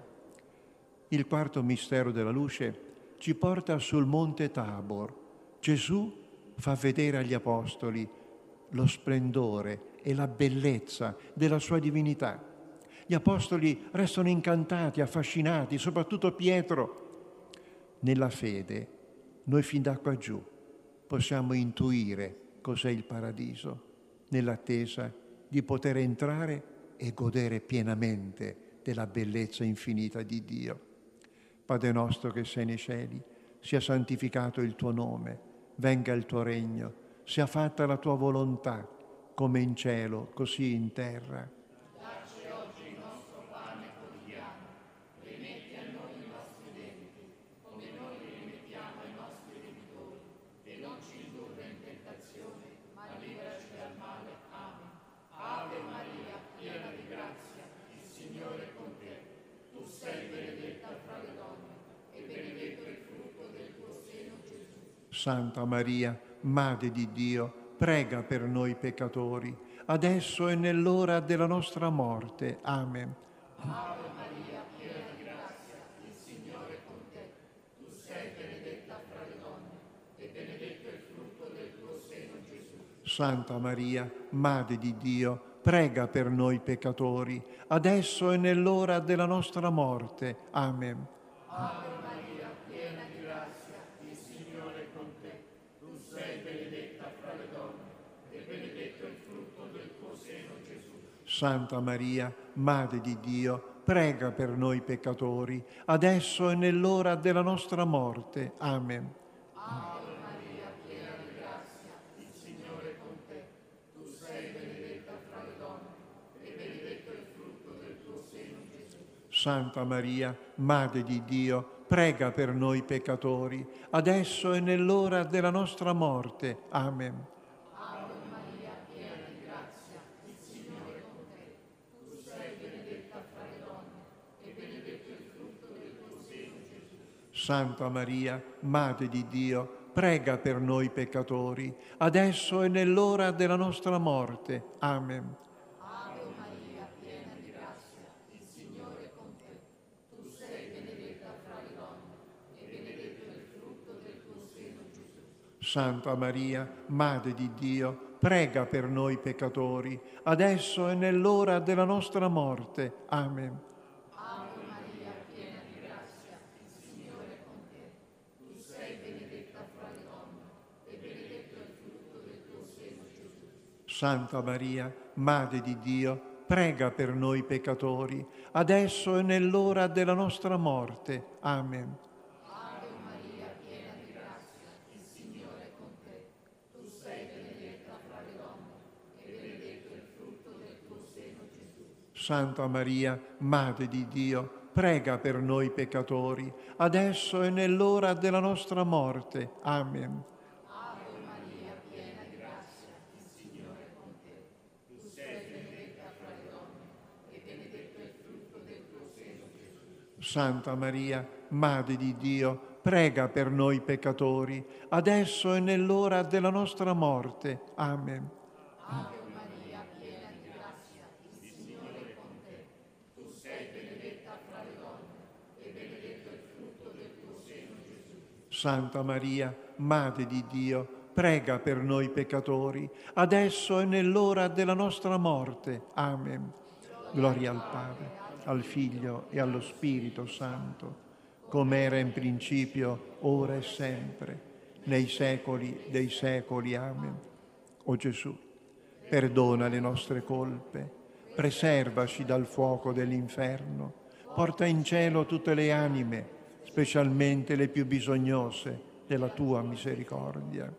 Il quarto mistero della luce ci porta sul monte Tabor. Gesù fa vedere agli apostoli lo splendore e la bellezza della sua divinità. Gli Gli apostoli restano incantati, affascinati, soprattutto Pietro. Nella fede, noi fin da qua giù possiamo intuire cos'è il paradiso, nell'attesa di poter entrare e godere pienamente della bellezza infinita di Dio. Padre nostro che sei nei cieli, sia santificato il tuo nome, venga il tuo regno, sia fatta la tua volontà, come in cielo, così in terra. Dacci oggi il nostro pane quotidiano, rimetti a noi i nostri debiti, come noi li rimettiamo ai nostri debitori, e non ci indurre in tentazione, ma liberaci dal male. Amen. Ave Maria, piena di grazia, il Signore è con te. Tu sei benedetta fra le donne, e benedetto il frutto del tuo seno, Gesù. Santa Maria, Madre di Dio, prega per noi peccatori, adesso e nell'ora della nostra morte. Amen. Ave Maria, piena di grazia, il Signore è con te. Tu sei benedetta fra le donne, e benedetto il frutto del tuo seno, Gesù. Santa Maria, Madre di Dio, prega per noi peccatori, adesso e nell'ora della nostra morte. Amen. Ave Maria, piena di grazia, il Signore è con te. Tu sei benedetta fra le donne, e benedetto il frutto del tuo seno, Gesù. Santa Maria, Madre di Dio, prega per noi peccatori, adesso e nell'ora della nostra morte. Amen. Ave Maria, piena di grazia, il Signore è con te. Tu sei benedetta fra le donne, e benedetto il frutto del tuo seno, Gesù. Santa Maria, Madre di Dio, prega per noi peccatori, adesso e nell'ora della nostra morte. Amen. Ave Maria, piena di grazia, il Signore è con te. Tu sei benedetta fra le donne, e benedetto il frutto del tuo seno, Gesù. Santa Maria, Madre di Dio, prega per noi peccatori, adesso e nell'ora della nostra morte. Amen. Ave Maria, piena di grazia, il Signore è con te. Tu sei benedetta fra le donne, e benedetto il frutto del tuo seno, Gesù. Santa Maria, Madre di Dio, prega per noi peccatori, adesso e nell'ora della nostra morte. Amen. Ave Maria, piena di grazia, il Signore è con te. Tu sei benedetta fra le donne, e benedetto il frutto del tuo seno, Gesù. Santa Maria, Madre di Dio, prega per noi peccatori, adesso e nell'ora della nostra morte. Amen. Ave Maria, piena di grazia, il Signore è con te. Tu sei benedetta fra le donne, e benedetto il frutto del tuo seno, Gesù. Santa Maria, Madre di Dio, prega per noi peccatori, adesso e nell'ora della nostra morte. Amen. Ave Maria, piena di grazia, il Signore è con te. Tu sei benedetta fra le donne, e benedetto il frutto del tuo seno, Gesù. Santa Maria, Madre di Dio, prega per noi peccatori, adesso e nell'ora della nostra morte. Amen. Ave Maria, piena di grazia, il Signore è con te. Tu sei benedetta fra le donne, e benedetto il frutto del tuo seno, Gesù. Santa Maria, Madre di Dio, prega per noi peccatori, adesso e nell'ora della nostra morte. Amen. Gloria al Padre, al Figlio e allo Spirito Santo, come era in principio, ora e sempre, nei secoli dei secoli. Amen. O Gesù, perdona le nostre colpe, preservaci dal fuoco dell'inferno, porta in cielo tutte le anime, specialmente le più bisognose della tua misericordia.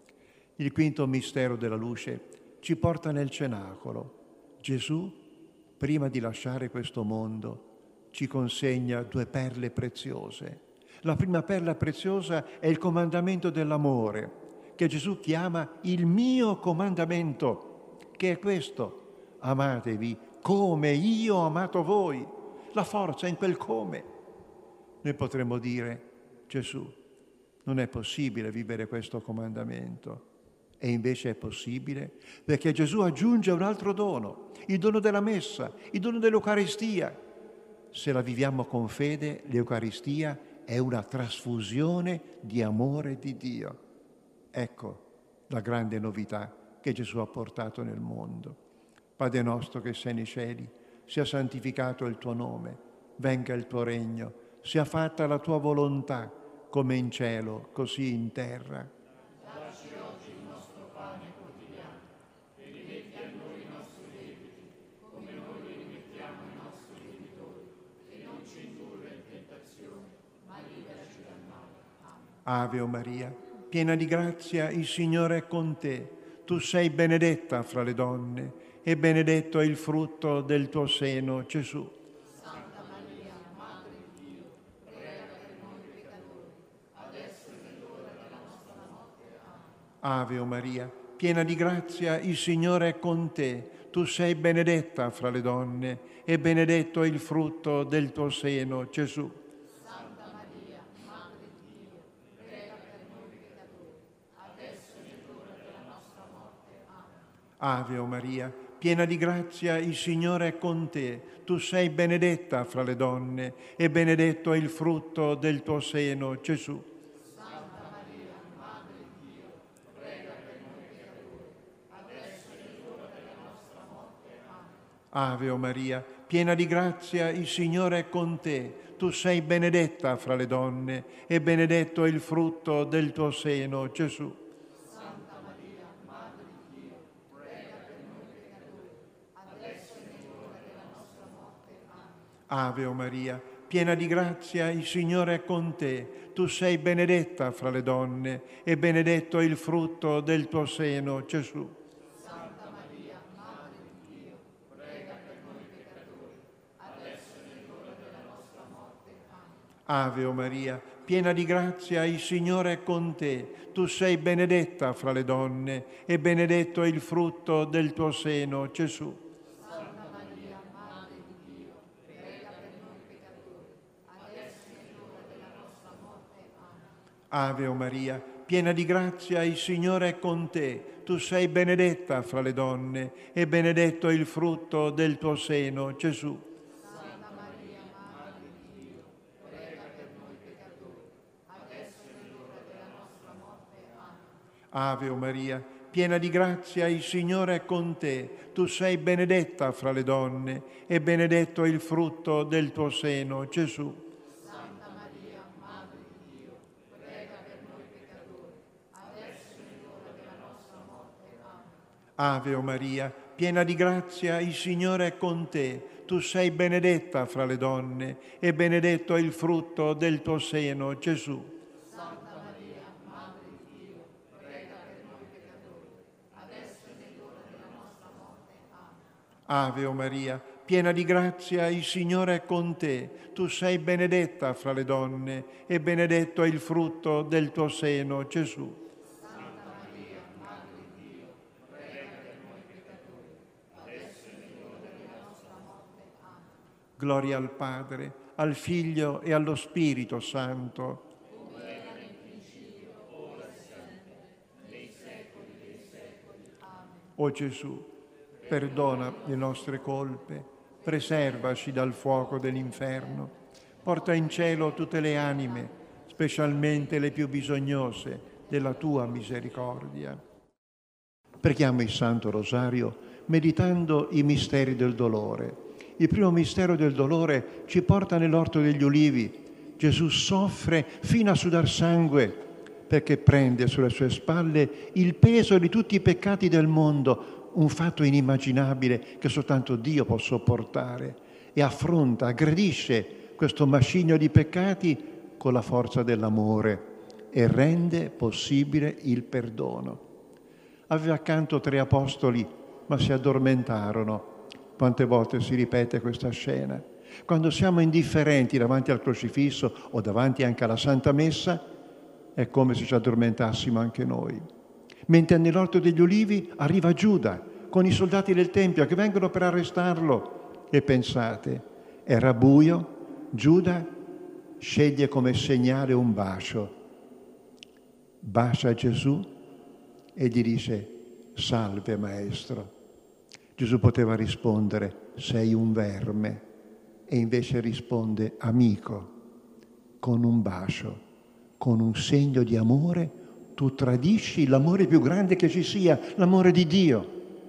Il quinto mistero della luce ci porta nel cenacolo. Gesù, prima di lasciare questo mondo, ci consegna due perle preziose. La prima perla preziosa è il comandamento dell'amore, che Gesù chiama il mio comandamento, che è questo: amatevi come io ho amato voi. La forza è in quel come. Noi potremmo dire: Gesù, non è possibile vivere questo comandamento. E invece è possibile, perché Gesù aggiunge un altro dono, il dono della messa, il dono dell'Eucaristia. Se la viviamo con fede, l'Eucaristia è una trasfusione di amore di Dio. Ecco la grande novità che Gesù ha portato nel mondo. Padre nostro che sei nei cieli, sia santificato il tuo nome, venga il tuo regno, sia fatta la tua volontà, come in cielo, così in terra. Dacci oggi il nostro pane quotidiano e rimetti a noi i nostri debiti, come noi li rimettiamo ai nostri debitori, e non ci indurre in tentazione, ma liberaci dal male. Amen. Ave o Maria, piena di grazia, il Signore è con te. Tu sei benedetta fra le donne, e benedetto è il frutto del tuo seno, Gesù. Santa Maria, Madre di Dio, prega per noi peccatori, adesso è l'ora della nostra morte. Amen. Ave o Maria, piena di grazia, il Signore è con te. Tu sei benedetta fra le donne, e benedetto è il frutto del tuo seno, Gesù. Santa Maria, Madre di Dio, prega per noi peccatori, adesso è l'ora della nostra morte. Amen. Ave o Maria, piena di grazia, il Signore è con te. Tu sei benedetta fra le donne, e benedetto è il frutto del tuo seno, Gesù. Santa Maria, Madre di Dio, prega per noi peccatori, adesso è l'ora della nostra morte. Amen. Ave o Maria, piena di grazia, il Signore è con te. Tu sei benedetta fra le donne, e benedetto è il frutto del tuo seno, Gesù. Santa Maria, Madre di Dio, prega per noi peccatori, adesso è l'ora della nostra morte. Amen. Ave o Maria, piena di grazia, il Signore è con te. Tu sei benedetta fra le donne, e benedetto è il frutto del tuo seno, Gesù. Santa Maria, Madre di Dio, prega per noi peccatori, adesso è l'ora della nostra morte. Amen. Ave o Maria, piena di grazia, il Signore è con te. Tu sei benedetta fra le donne, e benedetto è il frutto del tuo seno, Gesù. Santa Maria, Madre di Dio, prega per noi peccatori, adesso è l'ora della nostra morte. Amen. Ave o Maria, piena di grazia, il Signore è con te. Tu sei benedetta fra le donne, e benedetto è il frutto del tuo seno, Gesù. Santa Maria, Madre di Dio, prega per noi peccatori, adesso è l'ora della nostra morte. Amen. Ave o Maria, piena di grazia, il Signore è con te. Tu sei benedetta fra le donne, e benedetto è il frutto del tuo seno, Gesù. Santa Maria, Madre di Dio, prega per noi peccatori, adesso è l'ora della nostra morte. Amen. Ave o Maria, piena di grazia, il Signore è con te. Tu sei benedetta fra le donne, e benedetto è il frutto del tuo seno, Gesù. Santa Maria, Madre di Dio, prega per noi peccatori, adesso è l'ora della nostra morte. Amen. Ave o Maria, piena di grazia, il Signore è con te. Tu sei benedetta fra le donne, e benedetto è il frutto del tuo seno, Gesù. Santa Maria, Madre di Dio, prega per noi peccatori, adesso è l'ora della nostra morte. Amen. Gloria al Padre, al Figlio e allo Spirito Santo. O Gesù, perdona le nostre colpe, preservaci dal fuoco dell'inferno, porta in cielo tutte le anime, specialmente le più bisognose della tua misericordia. Preghiamo il Santo Rosario meditando i misteri del dolore. Il primo mistero del dolore ci porta nell'orto degli ulivi. Gesù soffre fino a sudar sangue perché prende sulle sue spalle il peso di tutti i peccati del mondo, un fatto inimmaginabile che soltanto Dio può sopportare, e affronta, aggredisce questo macigno di peccati con la forza dell'amore e rende possibile il perdono. Aveva accanto tre apostoli, ma si addormentarono. Quante volte si ripete questa scena? Quando siamo indifferenti davanti al crocifisso o davanti anche alla Santa Messa, è come se ci addormentassimo anche noi. Mentre nell'orto degli ulivi arriva Giuda con i soldati del Tempio che vengono per arrestarlo. E pensate, era buio, Giuda sceglie come segnale un bacio. Bacia Gesù e gli dice: salve maestro. Gesù poteva rispondere: sei un verme, e invece risponde: amico, con un bacio, con un segno di amore, tu tradisci l'amore più grande che ci sia, l'amore di Dio.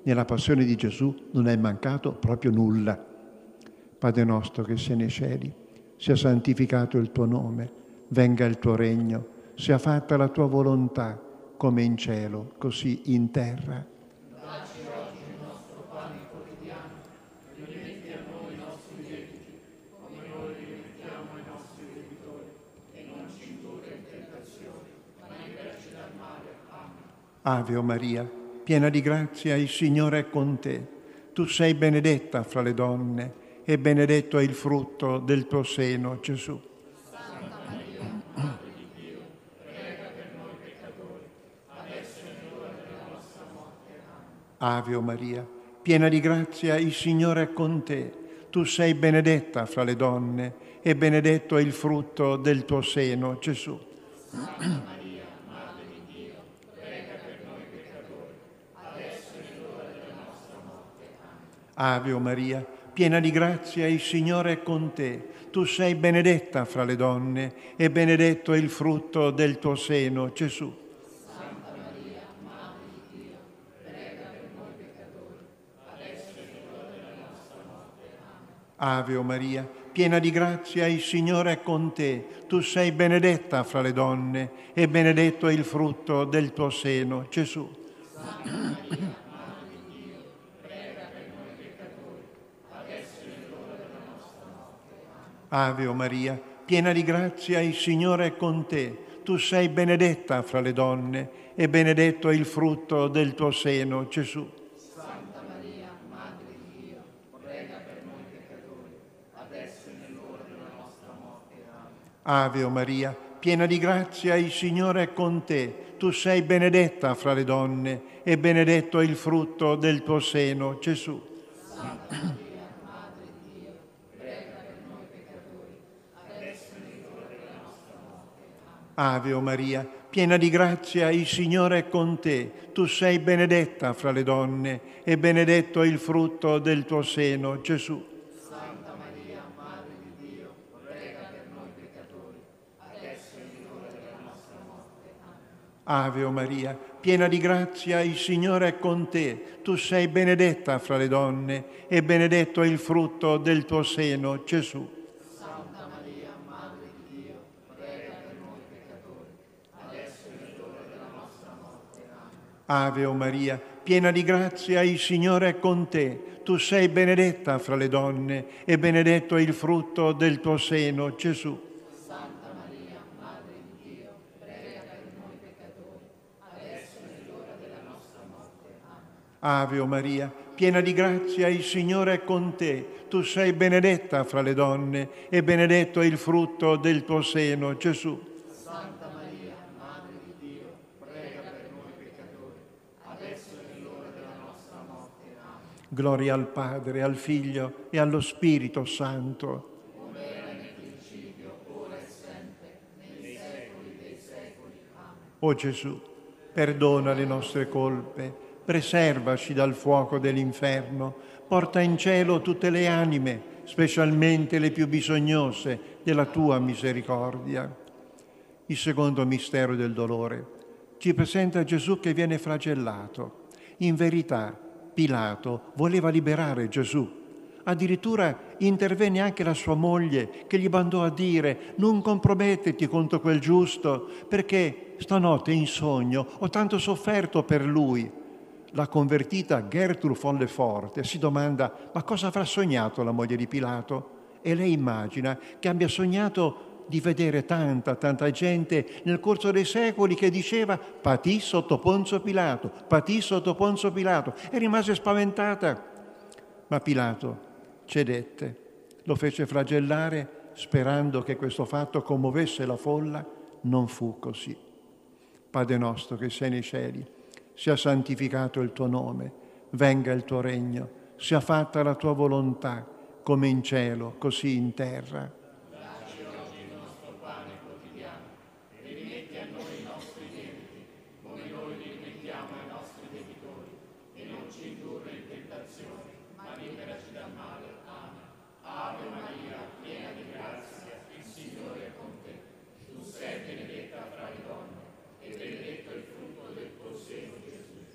nella passione di Gesù non è mancato proprio nulla. Padre nostro che sei nei cieli, sia santificato il tuo nome, venga il tuo regno, sia fatta la tua volontà, come in cielo, così in terra. Dacci oggi il nostro pane quotidiano, rimetti a noi i nostri debiti, come noi rimettiamo ai nostri debitori, e non ci indurre in tentazione, ma liberaci dal male. Amen. Ave o Maria, piena di grazia, il Signore è con te. Tu sei benedetta fra le donne, e benedetto è il frutto del tuo seno, Gesù. Santa Maria, Madre di Dio, prega per noi peccatori, adesso è l'ora della nostra morte. Amen. Ave o Maria, piena di grazia, il Signore è con te. Tu sei benedetta fra le donne, e benedetto è il frutto del tuo seno, Gesù. Santa Maria, Madre di Dio, prega per noi peccatori, adesso è l'ora della nostra morte. Amen. Ave o Maria, piena di grazia, il Signore è con te. Tu sei benedetta fra le donne, e benedetto è il frutto del tuo seno, Gesù. Santa Maria, Madre di Dio, prega per noi peccatori, adesso è l'ora della nostra morte. Amen. Ave o Maria, piena di grazia, il Signore è con te. Tu sei benedetta fra le donne, e benedetto è il frutto del tuo seno, Gesù. Santa Maria, Madre di Dio, prega per noi peccatori, adesso è l'ora della nostra morte. Amen. Ave o Maria, piena di grazia, il Signore è con te. Tu sei benedetta fra le donne, e benedetto è il frutto del tuo seno, Gesù. Santa Maria, Madre di Dio, prega per noi peccatori, adesso è l'ora della nostra morte. Amen. Ave o Maria, piena di grazia, il Signore è con te. Tu sei benedetta fra le donne, e benedetto è il frutto del tuo seno, Gesù. Santa Maria, Madre di Dio, prega per noi peccatori, adesso è l'ora della nostra morte. Amen. Ave o Maria, piena di grazia, il Signore è con te. Tu sei benedetta fra le donne, e benedetto è il frutto del tuo seno, Gesù. Santa Maria, Madre di Dio, prega per noi peccatori, adesso è l'ora della nostra morte. Amen. Ave o Maria, piena di grazia, il Signore è con te. Tu sei benedetta fra le donne, e benedetto è il frutto del tuo seno, Gesù. Santa Maria, Madre di Dio, prega per noi peccatori, adesso è l'ora della nostra morte. Amen. Ave o Maria, piena di grazia, il Signore è con te. Tu sei benedetta fra le donne, e benedetto è il frutto del tuo seno, Gesù. Santa Maria, Madre di Dio, prega per noi peccatori, adesso è l'ora della nostra morte. Amen. Ave o Maria, piena di grazia, il Signore è con te. Tu sei benedetta fra le donne, e benedetto è il frutto del tuo seno, Gesù. Santa Maria, Madre di Dio, prega per noi peccatori, adesso è l'ora della nostra morte. Amen. Gloria al Padre, al Figlio e allo Spirito Santo. Come era nel principio, ora e sempre, nei secoli dei secoli. Amen. O Gesù, perdona le nostre colpe, preservaci dal fuoco dell'inferno, porta in cielo tutte le anime, specialmente le più bisognose della tua misericordia. Il secondo mistero del dolore ci presenta Gesù che viene flagellato. In verità, Pilato voleva liberare Gesù. Addirittura intervenne anche la sua moglie, che gli mandò a dire: non comprometterti contro quel giusto, perché stanotte in sogno ho tanto sofferto per lui. La convertita Gertrude von Le Forte si domanda: ma cosa avrà sognato la moglie di Pilato? E lei immagina che abbia sognato di vedere tanta, tanta gente nel corso dei secoli che diceva: patì sotto Ponzio Pilato, patì sotto Ponzio Pilato, e rimase spaventata. Ma Pilato cedette, lo fece flagellare sperando che questo fatto commuovesse la folla. Non fu così. Padre nostro che sei nei cieli, sia santificato il tuo nome, venga il tuo regno, sia fatta la tua volontà, come in cielo, così in terra. Dacci oggi il nostro pane quotidiano, e rimetti a noi i nostri debiti, come noi li rimettiamo ai nostri debitori, e non ci indurre in tentazione, ma liberaci dal male. Amen. Ave Maria, piena di grazia, il Signore è con te. Tu sei benedetta fra le donne, e benedetto il frutto del tuo seno, Gesù.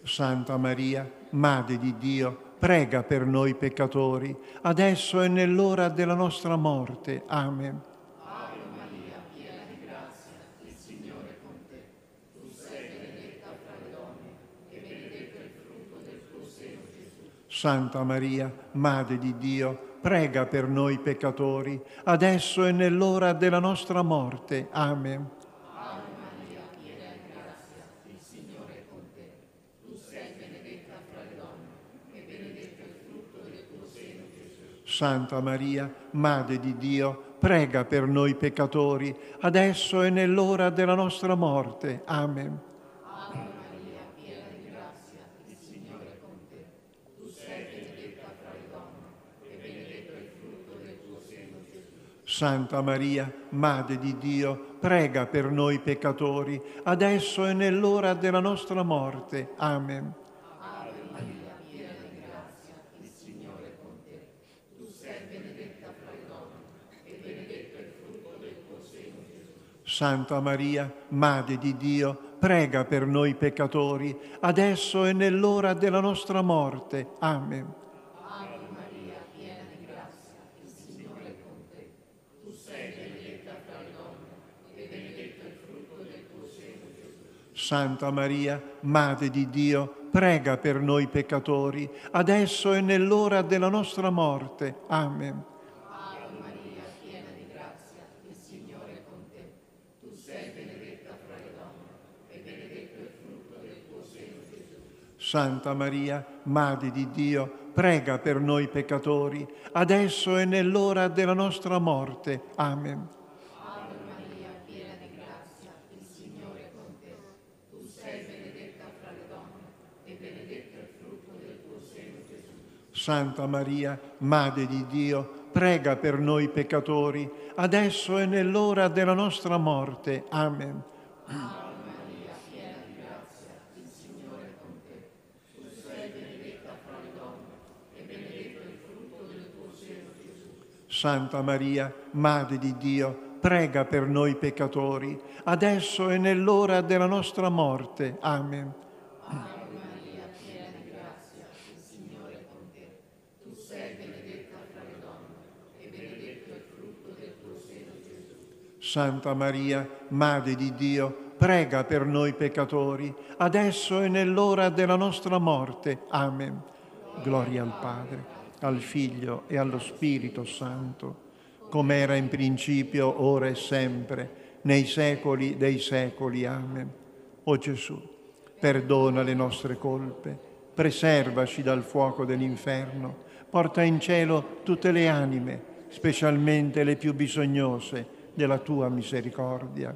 Santa Maria, Madre di Dio, prega per noi peccatori, adesso e nell'ora della nostra morte. Amen. Ave Maria, piena di grazia, il Signore è con te. Tu sei benedetta fra le donne, e benedetto è il frutto del tuo seno, Gesù. Santa Maria, Madre di Dio, prega per noi peccatori, adesso e nell'ora della nostra morte. Amen. Ave Maria, piena di grazia, il Signore è con te. Tu sei benedetta fra le donne, e benedetto è il frutto del tuo seno, Gesù. Santa Maria, Madre di Dio, prega per noi peccatori, adesso e nell'ora della nostra morte. Amen. Ave Maria, piena di grazia, il Signore è con te. Tu sei benedetta fra le donne, e benedetto è il frutto del tuo seno, Gesù. Santa Maria, Madre di Dio, prega per noi peccatori, adesso e nell'ora della nostra morte. Amen. Ave Maria, piena di grazia, il Signore è con te. Tu sei benedetta fra le donne, e benedetto è il frutto del tuo seno, Gesù. Santa Maria, Madre di Dio, prega per noi peccatori, adesso e nell'ora della nostra morte. Amen. Ave Maria, piena di grazia, il Signore è con te. Tu sei benedetta fra le donne, e benedetto è il frutto del tuo seno, Gesù. Santa Maria, Madre di Dio, prega per noi peccatori, adesso e nell'ora della nostra morte. Amen. Ave Maria, piena di grazia, il Signore è con te. Tu sei benedetta fra le donne, e benedetto è il frutto del tuo seno, Gesù. Santa Maria, Madre di Dio, prega per noi peccatori, adesso e nell'ora della nostra morte. Amen. Ave Maria, piena di grazia, il Signore è con te. Tu sei benedetta fra le donne, e benedetto è il frutto del tuo seno, Gesù. Santa Maria, Madre di Dio, prega per noi peccatori, adesso e nell'ora della nostra morte. Amen. Ave Maria, piena di grazia, il Signore è con te. Tu sei benedetta fra le donne, e benedetto è il frutto del tuo seno, Gesù. Santa Maria, Madre di Dio, prega per noi peccatori, adesso e nell'ora della nostra morte. Amen. Ave Maria, piena di grazia, il Signore è con te. Tu sei benedetta fra le donne, e benedetto è il frutto del tuo seno, Gesù. Santa Maria, Madre di Dio, prega per noi peccatori, adesso e nell'ora della nostra morte. Amen. Gloria al Padre, al Figlio e allo Spirito Santo, come era in principio, ora e sempre, nei secoli dei secoli. Amen. O Gesù, perdona le nostre colpe, preservaci dal fuoco dell'inferno, porta in cielo tutte le anime, specialmente le più bisognose della tua misericordia.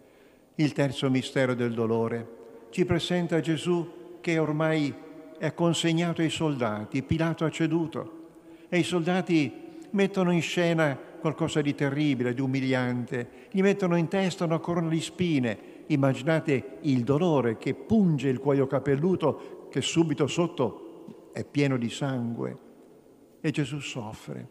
Il terzo mistero del dolore ci presenta Gesù che ormai è consegnato ai soldati. Pilato ha ceduto e i soldati mettono in scena qualcosa di terribile, di umiliante. Gli mettono in testa una corona di spine. Immaginate il dolore che punge il cuoio capelluto, che subito sotto è pieno di sangue. E Gesù soffre.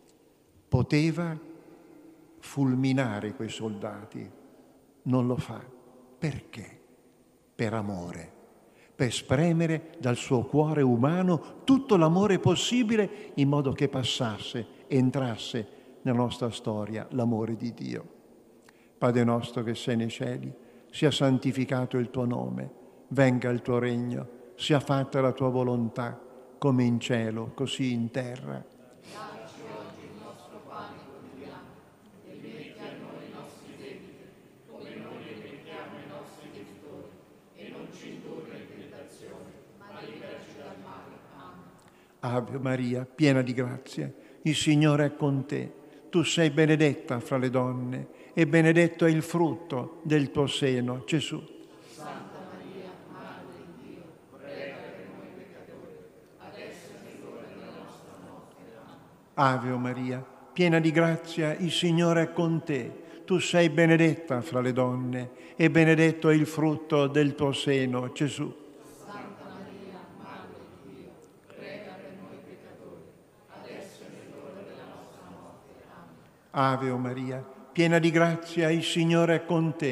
Poteva fulminare quei soldati, non lo fa. Perché? Per amore, per spremere dal suo cuore umano tutto l'amore possibile in modo che passasse, entrasse nella nostra storia l'amore di Dio. Padre nostro che sei nei cieli, sia santificato il tuo nome, venga il tuo regno, sia fatta la tua volontà, come in cielo, così in terra. Dacci oggi il nostro pane quotidiano, e rimetti a noi i nostri debiti, come noi rimettiamo ai nostri debitori, e non ci indurre in tentazione, ma liberaci dal male. Amen. Ave Maria, piena di grazia, il Signore è con te. Tu sei benedetta fra le donne, e benedetto è il frutto del tuo seno, Gesù. Santa Maria, Madre di Dio, prega per noi peccatori, adesso è l'ora della nostra morte. Amen. Ave Maria, piena di grazia, il Signore è con te. Tu sei benedetta fra le donne, e benedetto è il frutto del tuo seno, Gesù. Santa Maria, Madre di Dio, prega per noi peccatori, adesso è l'ora della nostra morte. Amen. Ave Maria, piena di grazia, il Signore è con te.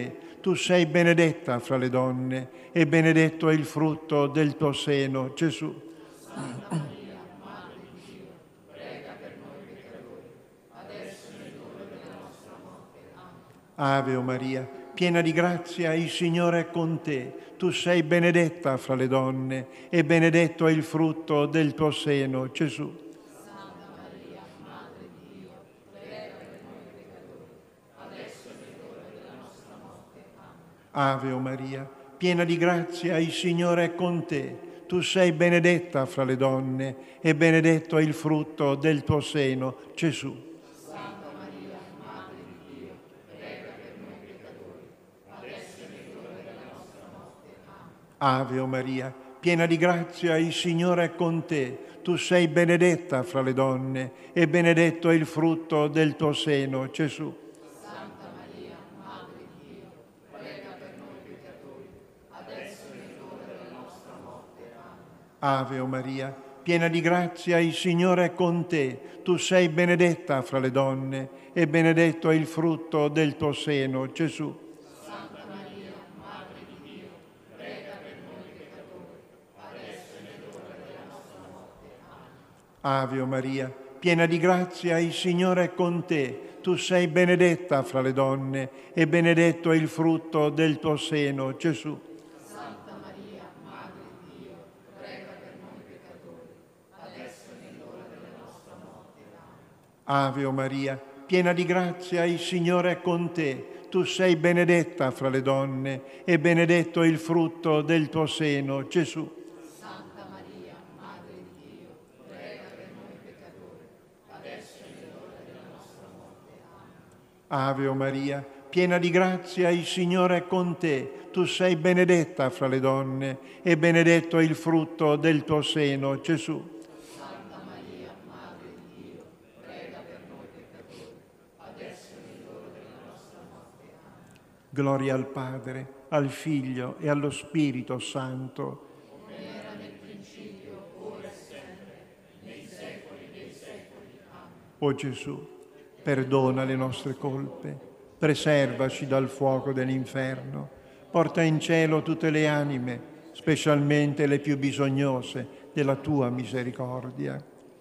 tu sei benedetta fra le donne e benedetto è il frutto del tuo seno, Gesù. Santa Maria, Madre di Dio, prega per noi peccatori, adesso è l'ora della nostra morte. Amen. Ave o Maria, piena di grazia, il Signore è con te. Tu sei benedetta fra le donne e benedetto è il frutto del tuo seno, Gesù. Santa Maria, Madre di Dio, prega per noi peccatori, adesso è l'ora della nostra morte. Amen. Ave o Maria, piena di grazia, il Signore è con te. Tu sei benedetta fra le donne e benedetto è il frutto del tuo seno, Gesù. Santa Maria, Madre di Dio, prega per noi peccatori, adesso è l'ora della nostra morte. Amen. Ave o Maria, piena di grazia, il Signore è con te. Tu sei benedetta fra le donne e benedetto è il frutto del tuo seno, Gesù. Santa Maria, Madre di Dio, prega per noi peccatori, adesso è l'ora della nostra morte. Amen. Ave o Maria, piena di grazia, il Signore è con te. Tu sei benedetta fra le donne e benedetto è il frutto del tuo seno, Gesù. Santa Maria, Madre di Dio, prega per noi peccatori, adesso è l'ora della nostra morte. Amen. Ave o Maria, piena di grazia, il Signore è con te. Tu sei benedetta fra le donne e benedetto è il frutto del tuo seno, Gesù. Santa Maria, Madre di Dio, prega per noi peccatori, adesso è l'ora della nostra morte. Amen. Ave o Maria, piena di grazia, il Signore è con te. Tu sei benedetta fra le donne e benedetto è il frutto del tuo seno, Gesù. Santa Maria, Madre di Dio, prega per noi peccatori, adesso è l'ora della nostra morte. Amen. Ave o Maria, piena di grazia, il Signore è con te. Tu sei benedetta fra le donne e benedetto è il frutto del tuo seno, Gesù. Santa Maria, Madre di Dio, prega per noi peccatori, adesso è l'ora della nostra morte. Amen. Gloria al Padre, al Figlio e allo Spirito Santo. Come era nel principio, ora e sempre, nei secoli dei secoli. Amen. O Gesù, perdona le nostre colpe, preservaci dal fuoco dell'inferno, porta in cielo tutte le anime, specialmente le più bisognose della tua misericordia.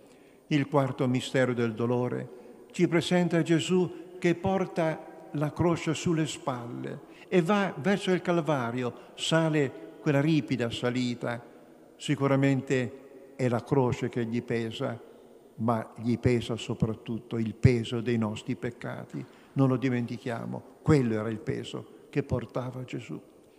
Il quarto mistero del dolore ci presenta Gesù che porta la croce sulle spalle e va verso il Calvario, sale quella ripida salita. Sicuramente è la croce che gli pesa, ma gli pesa soprattutto il peso dei nostri peccati. Non lo dimentichiamo, quello era il peso che portava Gesù.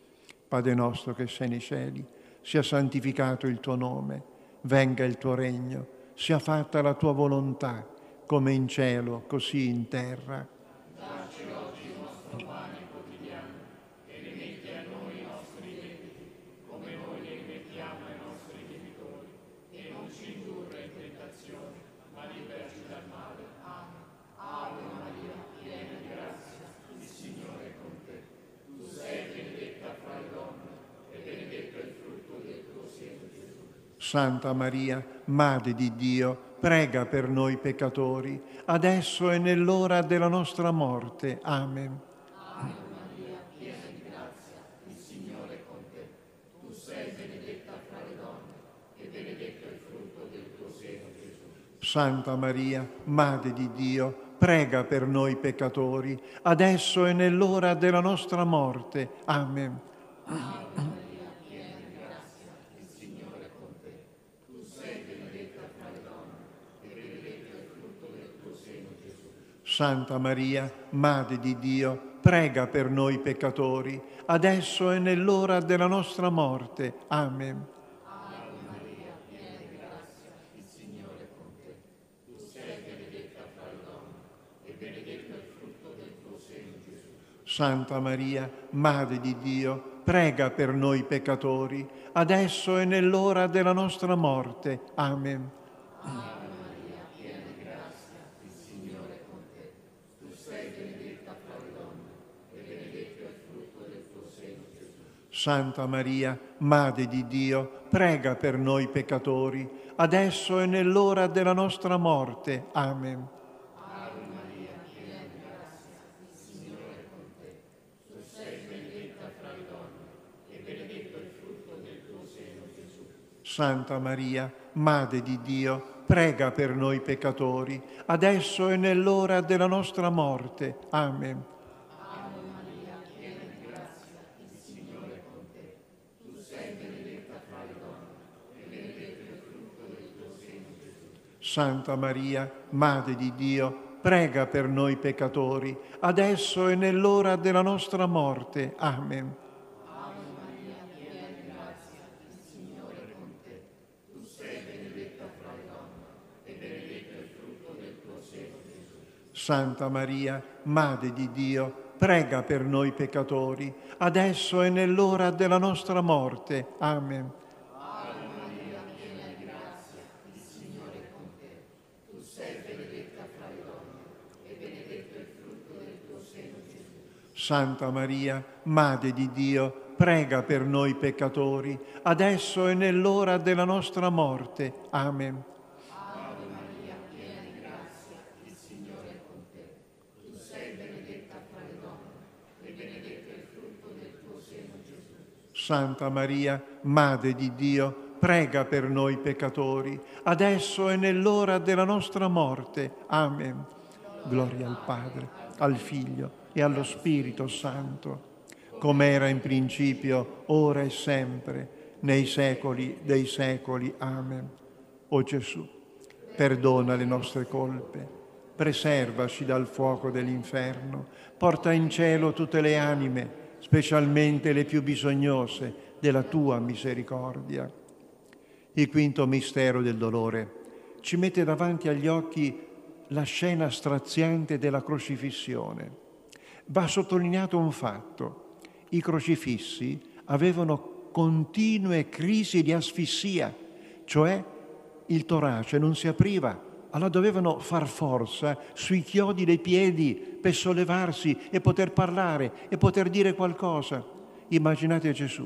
Padre nostro che sei nei cieli, sia santificato il tuo nome, venga il tuo regno, sia fatta la tua volontà, come in cielo, così in terra. Dacci oggi il nostro pane quotidiano e rimetti a noi i nostri debiti, come noi li rimettiamo ai nostri debitori, e non ci indurre in tentazione, ma liberaci dal male. Amen. Ave Maria, piena di grazia, il Signore è con te. Tu sei benedetta fra le donne e benedetto è il frutto del tuo seno, Gesù. Santa Maria, Madre di Dio, prega per noi peccatori, adesso e nell'ora della nostra morte. Amen. Ave Maria, piena di grazia, il Signore è con te. Tu sei benedetta fra le donne e benedetto è il frutto del tuo seno, Gesù. Santa Maria, Madre di Dio, prega per noi peccatori, adesso e nell'ora della nostra morte. Amen. Ave Maria, piena di grazia, il Signore è con te. Tu sei benedetta fra le donne e benedetto è il frutto del tuo seno, Gesù. Santa Maria, Madre di Dio, prega per noi peccatori, adesso e nell'ora della nostra morte. Amen. Ave Maria, piena di grazia, il Signore è con te. Tu sei benedetta fra le donne e benedetto è il frutto del tuo seno, Gesù. Santa Maria, Madre di Dio, prega per noi peccatori, adesso e nell'ora della nostra morte. Amen. Ave Maria, piena di grazia, il Signore è con te. Tu sei benedetta fra le donne e benedetto è il frutto del tuo seno, Gesù. Santa Maria, Madre di Dio, prega per noi peccatori, adesso e nell'ora della nostra morte. Amen. Ave Maria, piena di grazia, il Signore è con te. Tu sei benedetta Santa Maria, Madre di Dio, prega per noi peccatori, adesso e nell'ora della nostra morte. Amen. Ave Maria, piena di grazia, il Signore è con te. Tu sei benedetta fra le donne, e benedetto è il frutto del tuo seno, Gesù. Santa Maria, Madre di Dio, prega per noi peccatori, adesso e nell'ora della nostra morte. Amen. Ave Maria, piena di grazia, il Signore è con te. Tu sei benedetta fra le donne, e benedetto è il frutto del tuo seno, Gesù. Santa Maria, Madre di Dio, prega per noi peccatori, adesso e nell'ora della nostra morte. Amen. Ave Maria, piena di grazia, il Signore è con te. Tu sei benedetta fra le donne, e benedetto è il frutto del tuo seno, Gesù. Santa Maria, Madre di Dio, prega per noi peccatori, adesso e nell'ora della nostra morte. Amen. Ave Maria, piena di grazia, il Signore è con te. Tu sei benedetta fra le donne, e benedetto è il frutto del tuo seno, Gesù. Santa Maria, Madre di Dio, prega per noi peccatori, adesso e nell'ora della nostra morte. Amen. Gloria al Padre, al Figlio e allo Spirito Santo, come era in principio, ora e sempre, nei secoli dei secoli. Amen. O Gesù, perdona le nostre colpe, preservaci dal fuoco dell'inferno, porta in cielo tutte le anime, specialmente le più bisognose della tua misericordia. Il quinto mistero del dolore ci mette davanti agli occhi la scena straziante della crocifissione. Va sottolineato un fatto: i crocifissi avevano continue crisi di asfissia, cioè il torace non si apriva, allora dovevano far forza sui chiodi dei piedi per sollevarsi e poter parlare e poter dire qualcosa. Immaginate Gesù,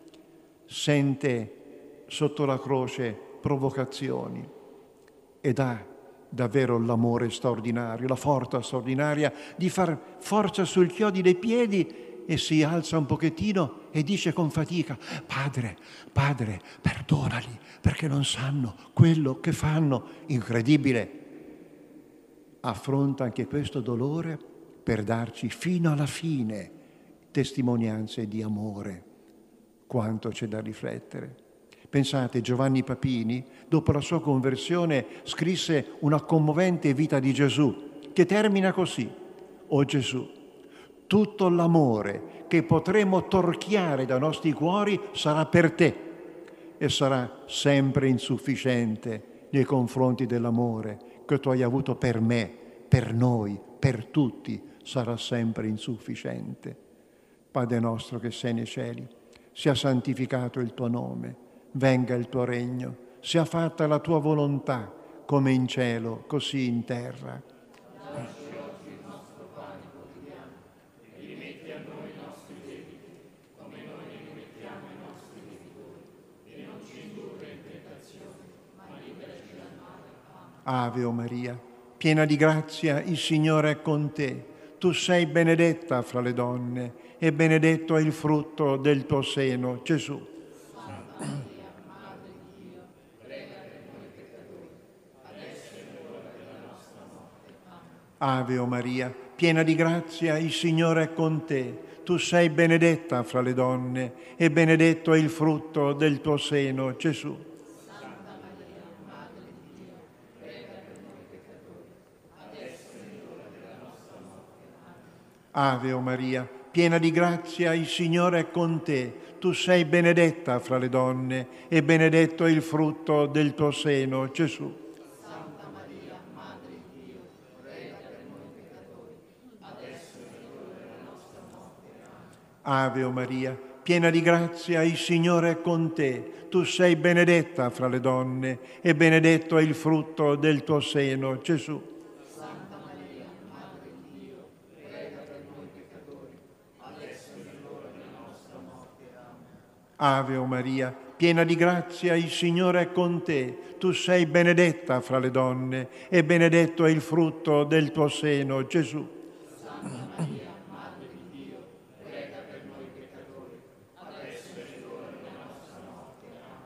sente sotto la croce provocazioni ed ha davvero l'amore straordinario, la forza straordinaria di far forza sul chiodi dei piedi e si alza un pochettino e dice con fatica: Padre, Padre, perdonali perché non sanno quello che fanno. Incredibile. Affronta anche questo dolore per darci fino alla fine testimonianze di amore. Quanto c'è da riflettere. Pensate, Giovanni Papini, dopo la sua conversione, scrisse una commovente vita di Gesù, che termina così: O Gesù, tutto l'amore che potremo torchiare dai nostri cuori sarà per te e sarà sempre insufficiente nei confronti dell'amore che tu hai avuto per me, per noi, per tutti, sarà sempre insufficiente. Padre nostro che sei nei cieli, sia santificato il tuo nome, venga il tuo regno, sia fatta la tua volontà, come in cielo, così in terra. Dacci oggi il nostro pane quotidiano, e rimetti a noi i nostri debiti, come noi li rimettiamo ai nostri debitori, e non ci indurre in tentazione, ma liberaci dal male. Amen. Ave o Maria, piena di grazia, il Signore è con te. Tu sei benedetta fra le donne, e benedetto è il frutto del tuo seno, Gesù. Ave o Maria, piena di grazia, il Signore è con te. Tu sei benedetta fra le donne e benedetto è il frutto del tuo seno, Gesù. Santa Maria, Madre di Dio, prega per noi peccatori, adesso è l'ora della nostra morte. Amen. Ave o Maria, piena di grazia, il Signore è con te. Tu sei benedetta fra le donne e benedetto è il frutto del tuo seno, Gesù. Santa Maria, Madre di Dio, prega per noi peccatori, adesso è l'ora della nostra morte. Amen. Ave o Maria, piena di grazia, il Signore è con te. Tu sei benedetta fra le donne e benedetto è il frutto del tuo seno, Gesù. Santa Maria, Madre di Dio, prega per noi peccatori, adesso è l'ora della nostra morte. Amen. Ave o Maria, piena di grazia, il Signore è con te. Tu sei benedetta fra le donne e benedetto è il frutto del tuo seno, Gesù. Santa Maria, Madre di Dio, prega per noi peccatori, adesso è l'ora della nostra morte. Amen.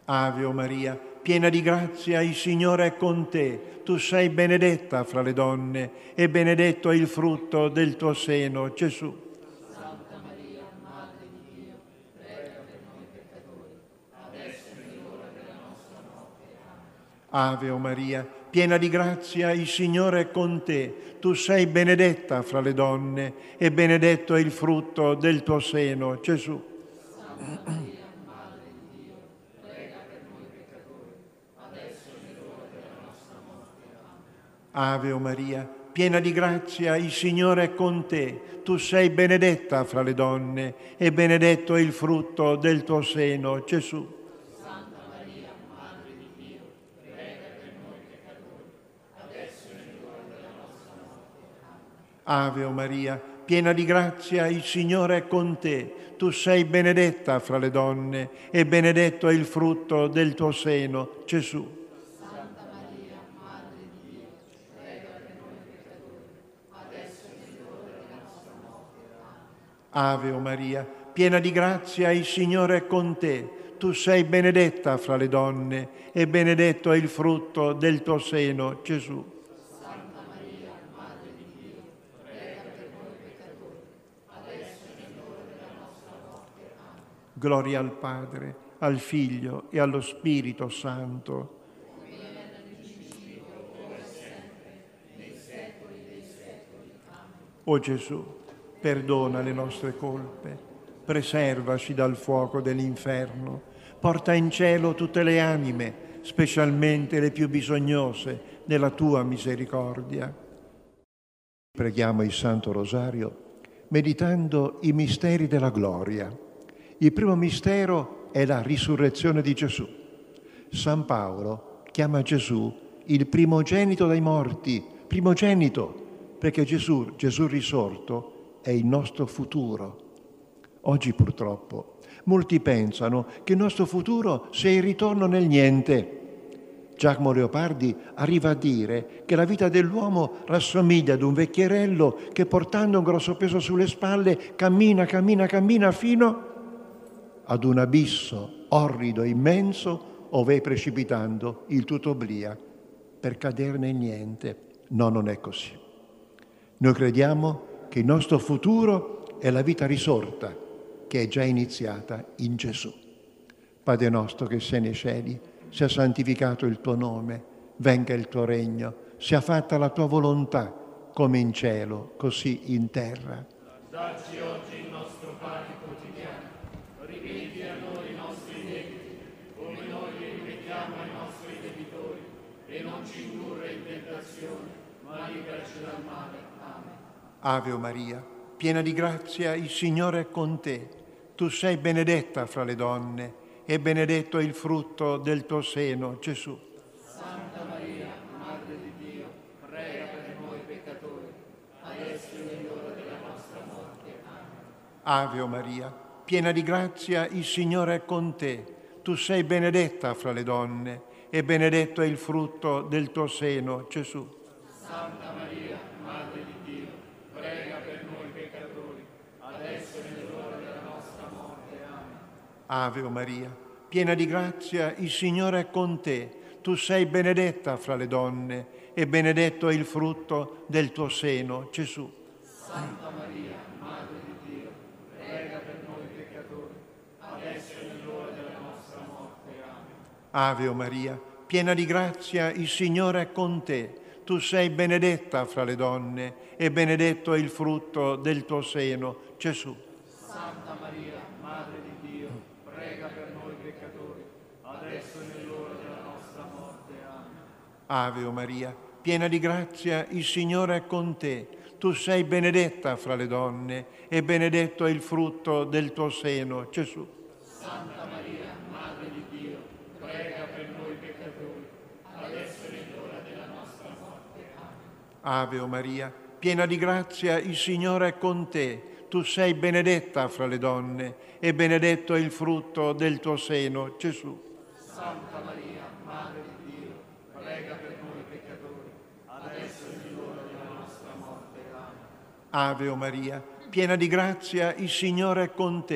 Ave Maria, piena di grazia, il Signore è con te. Tu sei benedetta fra le donne e benedetto è il frutto del tuo seno, Gesù. Santa Maria, Madre di Dio, prega per noi peccatori, adesso è l'ora della nostra morte. Amen. Ave Maria, piena di grazia, il Signore è con te. Tu sei benedetta fra le donne e benedetto è il frutto del tuo seno, Gesù. Santa Maria, Madre di Dio, prega per noi peccatori, adesso è l'ora della nostra morte. Amen. Ave Maria, piena di grazia, il Signore è con te. Tu sei benedetta fra le donne e benedetto è il frutto del tuo seno, Gesù. Santa Maria, Madre di Dio, prega per noi peccatori, adesso è l'ora della nostra morte. Amen. Ave Maria, piena di grazia, il Signore è con te. Tu sei benedetta fra le donne e benedetto è il frutto del tuo seno, Gesù. Santa Maria, Madre di Dio, prega per noi peccatori, adesso è l'ora della nostra morte. Amen. Ave Maria, piena di grazia, il Signore è con te. Tu sei benedetta fra le donne e benedetto è il frutto del tuo seno, Gesù. Santa Maria, Madre di Dio, prega per noi peccatori, adesso è l'ora della nostra morte. Amen. Gloria al Padre, al Figlio e allo Spirito Santo. O Gesù, perdona le nostre colpe, preservaci dal fuoco dell'inferno, porta in cielo tutte le anime, specialmente le più bisognose della tua misericordia. Preghiamo il Santo Rosario meditando i misteri della gloria. Il primo mistero è la risurrezione di Gesù. San Paolo chiama Gesù il primogenito dai morti, primogenito, perché Gesù, Gesù risorto, è il nostro futuro. Oggi purtroppo molti pensano che il nostro futuro sia il ritorno nel niente. Giacomo Leopardi arriva a dire che la vita dell'uomo rassomiglia ad un vecchierello che portando un grosso peso sulle spalle cammina, cammina, cammina fino ad un abisso orrido e immenso ove è precipitando il tutto obblia per cadere nel niente. No, non è così. Noi crediamo che il nostro futuro è la vita risorta che è già iniziata in Gesù. Padre nostro che sei nei cieli, sia santificato il tuo nome, venga il tuo regno, sia fatta la tua volontà, come in cielo, così in terra. Dacci oggi il nostro pane quotidiano, rimetti a noi i nostri debiti, come noi li rimettiamo ai nostri debitori, e non ci indurre in tentazione, ma liberaci dal male. Amen. Ave Maria, piena di grazia, il Signore è con te. Tu sei benedetta fra le donne e benedetto è il frutto del tuo seno, Gesù. Santa Maria, Madre di Dio, prega per noi peccatori, adesso è l'ora della nostra morte. Amen. Ave Maria, piena di grazia, il Signore è con te. Tu sei benedetta fra le donne e benedetto è il frutto del tuo seno, Gesù. Santa Maria, Madre di Dio, prega per noi peccatori, adesso è l'ora della nostra morte. Amen. Ave Maria, piena di grazia, il Signore è con te. Tu sei benedetta fra le donne e benedetto è il frutto del tuo seno, Gesù. Santa Maria, Madre di Dio, prega per noi peccatori, adesso è l'ora della nostra morte. Amen. Ave Maria, piena di grazia, il Signore è con te. Tu sei benedetta fra le donne e benedetto è il frutto del tuo seno, Gesù. Santa Maria, Madre di Dio, prega per noi peccatori, adesso è l'ora della nostra morte. Amen. Ave Maria, piena di grazia, il Signore è con te. Tu sei benedetta fra le donne e benedetto è il frutto del tuo seno, Gesù. Santa Maria, Madre di Dio, prega per noi peccatori, adesso è l'ora della nostra morte. Amen. Ave Maria, piena di grazia, il Signore è con te. Tu sei benedetta fra le donne e benedetto è il frutto del tuo seno, Gesù. Santa Maria, Madre di Dio, prega per noi peccatori, adesso è l'ora della nostra morte. Amen. Ave Maria, piena di grazia, il Signore è con te.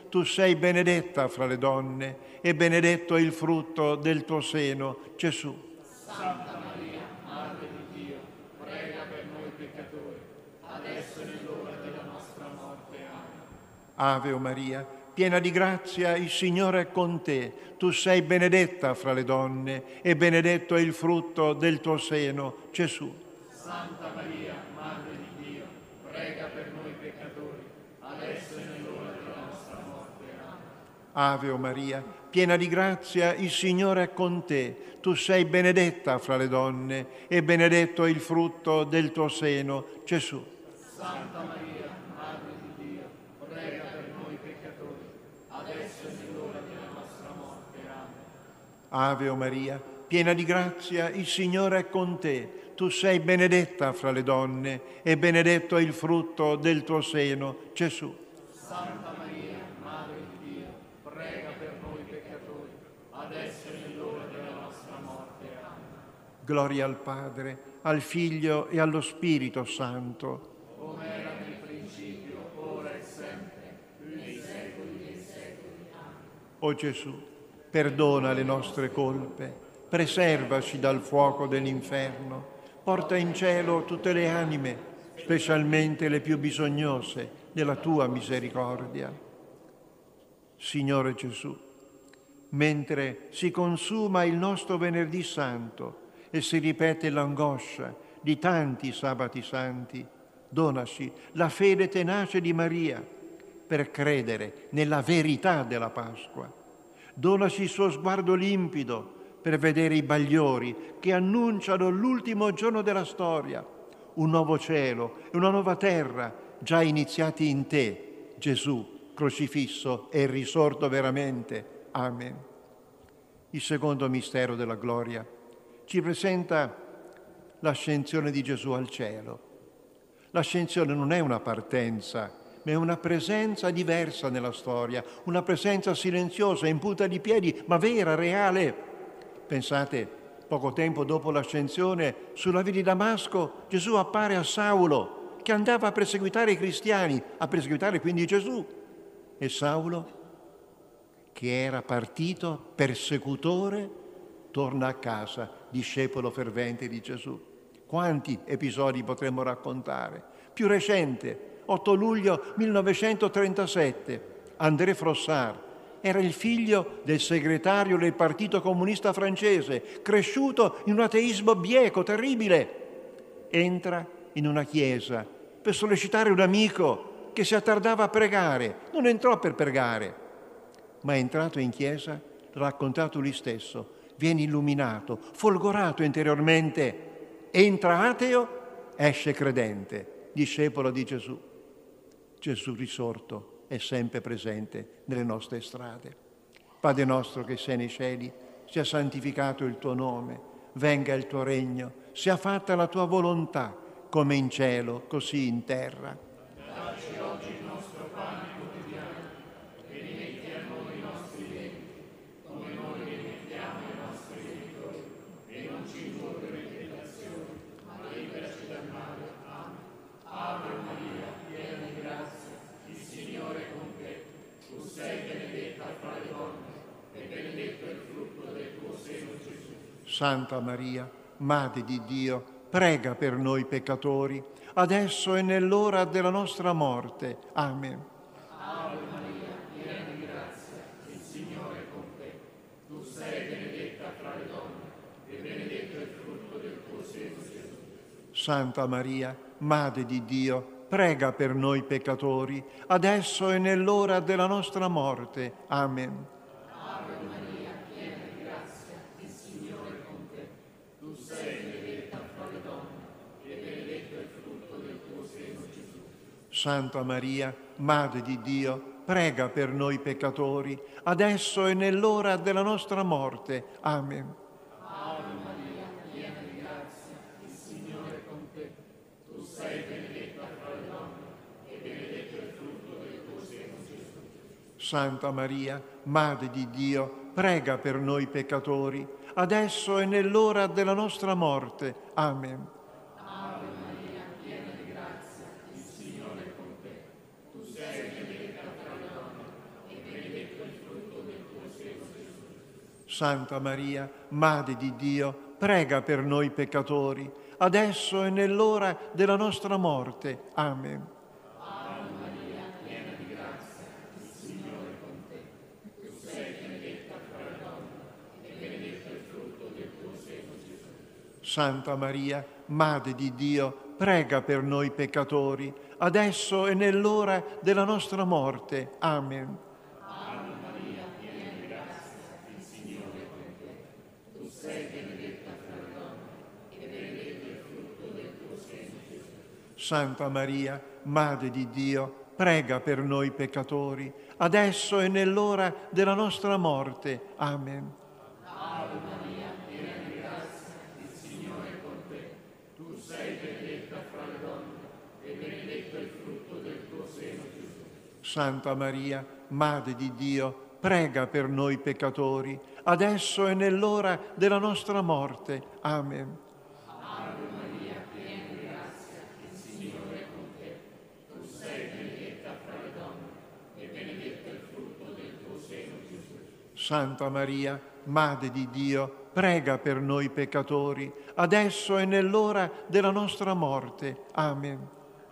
tu sei benedetta fra le donne e benedetto è il frutto del tuo seno, Gesù. Santa Maria, Madre di Dio, prega per noi peccatori, adesso è l'ora della nostra morte. Amen. Ave Maria, piena di grazia, il Signore è con te. Tu sei benedetta fra le donne e benedetto è il frutto del tuo seno, Gesù. Santa Maria, Madre di Dio, prega per noi peccatori, adesso è l'ora della nostra morte. Amen. Ave Maria, piena di grazia, il Signore è con te. Tu sei benedetta fra le donne e benedetto è il frutto del tuo seno, Gesù. Santa Maria, Madre di Dio, prega per noi peccatori, adesso è l'ora della nostra morte. Amen. Ave Maria, piena di grazia, il Signore è con te. Tu sei benedetta fra le donne e benedetto è il frutto del tuo seno, Gesù. Santa Maria, Madre di Dio, prega per noi peccatori, adesso è l'ora della nostra morte. Amen. Gloria al Padre, al Figlio e allo Spirito Santo. Come era nel principio, ora e sempre, nei secoli dei secoli. Amen. O Gesù, perdona le nostre colpe, preservaci dal fuoco dell'inferno, porta in cielo tutte le anime, specialmente le più bisognose della tua misericordia. Signore Gesù, mentre si consuma il nostro Venerdì Santo e si ripete l'angoscia di tanti sabati santi, donaci la fede tenace di Maria per credere nella verità della Pasqua. Donaci il suo sguardo limpido per vedere i bagliori che annunciano l'ultimo giorno della storia, un nuovo cielo e una nuova terra già iniziati in te, Gesù, crocifisso e risorto veramente. Amen. Il secondo mistero della gloria ci presenta l'ascensione di Gesù al cielo. L'ascensione non è una partenza, ma è una presenza diversa nella storia, una presenza silenziosa, in punta di piedi, ma vera, reale. Pensate, poco tempo dopo l'ascensione, sulla via di Damasco, Gesù appare a Saulo, che andava a perseguitare i cristiani, a perseguitare quindi Gesù. E Saulo, che era partito persecutore, torna a casa, discepolo fervente di Gesù. Quanti episodi potremmo raccontare? Più recente, otto luglio millenovecentotrentasette, André Frossard era il figlio del segretario del Partito Comunista francese, cresciuto in un ateismo bieco, terribile. Entra in una chiesa per sollecitare un amico che si attardava a pregare. Non entrò per pregare, ma è entrato in chiesa, l'ha raccontato lui stesso, viene illuminato, folgorato interiormente. Entra ateo, esce credente, discepolo di Gesù. Gesù risorto è sempre presente nelle nostre strade. Padre nostro che sei nei cieli, sia santificato il tuo nome, venga il tuo regno, sia fatta la tua volontà, come in cielo, così in terra. Dacci oggi il nostro pane quotidiano e rimetti a noi i nostri debiti, come noi rimettiamo ai nostri debitori, e non ci indurre in tentazione, ma liberaci dal male. Amen. Ave Maria, piena di grazia, il Signore è con te. Tu sei benedetta fra le donne e benedetto è il frutto del tuo seno, Gesù. Santa Maria, Madre di Dio, prega per noi peccatori, adesso e nell'ora della nostra morte. Amen. Ave Maria, piena di grazia, il Signore è con te. Tu sei benedetta fra le donne e benedetto è il frutto del tuo seno, Gesù. Santa Maria, Madre di Dio, prega per noi peccatori, adesso e nell'ora della nostra morte. Amen. Ave Maria, piena di grazia, il Signore è con te. Tu sei benedetta fra le donne e benedetto è il frutto del tuo seno, Gesù. Santa Maria, Madre di Dio, prega per noi peccatori, adesso e nell'ora della nostra morte. Amen. Ave Maria, piena di grazia, il Signore è con te. Tu sei benedetta fra le donne e benedetto è il frutto del tuo seno, Gesù. Santa Maria, Madre di Dio, prega per noi peccatori, adesso e nell'ora della nostra morte. Amen. Ave Maria, piena di grazia, il Signore è con te. Tu sei benedetta fra le donne e Santa Maria, Madre di Dio, prega per noi peccatori, adesso e nell'ora della nostra morte. Amen. Ave Maria, piena di grazia, il Signore è con te. Tu sei benedetta fra le donne, e benedetto il frutto del tuo seno, Gesù. Santa Maria, Madre di Dio, prega per noi peccatori, adesso e nell'ora della nostra morte. Amen. Ave Maria, piena di grazia, il Signore è con te. Tu sei benedetta fra le donne, e benedetto il frutto del tuo seno, Gesù. Santa Maria, Madre di Dio, prega per noi peccatori, adesso e nell'ora della nostra morte. Amen. Ave Maria, piena di grazia, il Signore è con te. Tu sei benedetta fra le donne, e benedetto il frutto del tuo seno, Gesù. Santa Maria, Madre di Dio, prega per noi peccatori, adesso e nell'ora della nostra morte. Amen. Ave Maria, piena di grazia, il Signore è con te. Tu sei benedetta fra le donne, e benedetto il frutto del tuo seno, Gesù. Santa Maria, Madre di Dio, prega per noi peccatori, adesso e nell'ora della nostra morte. Amen.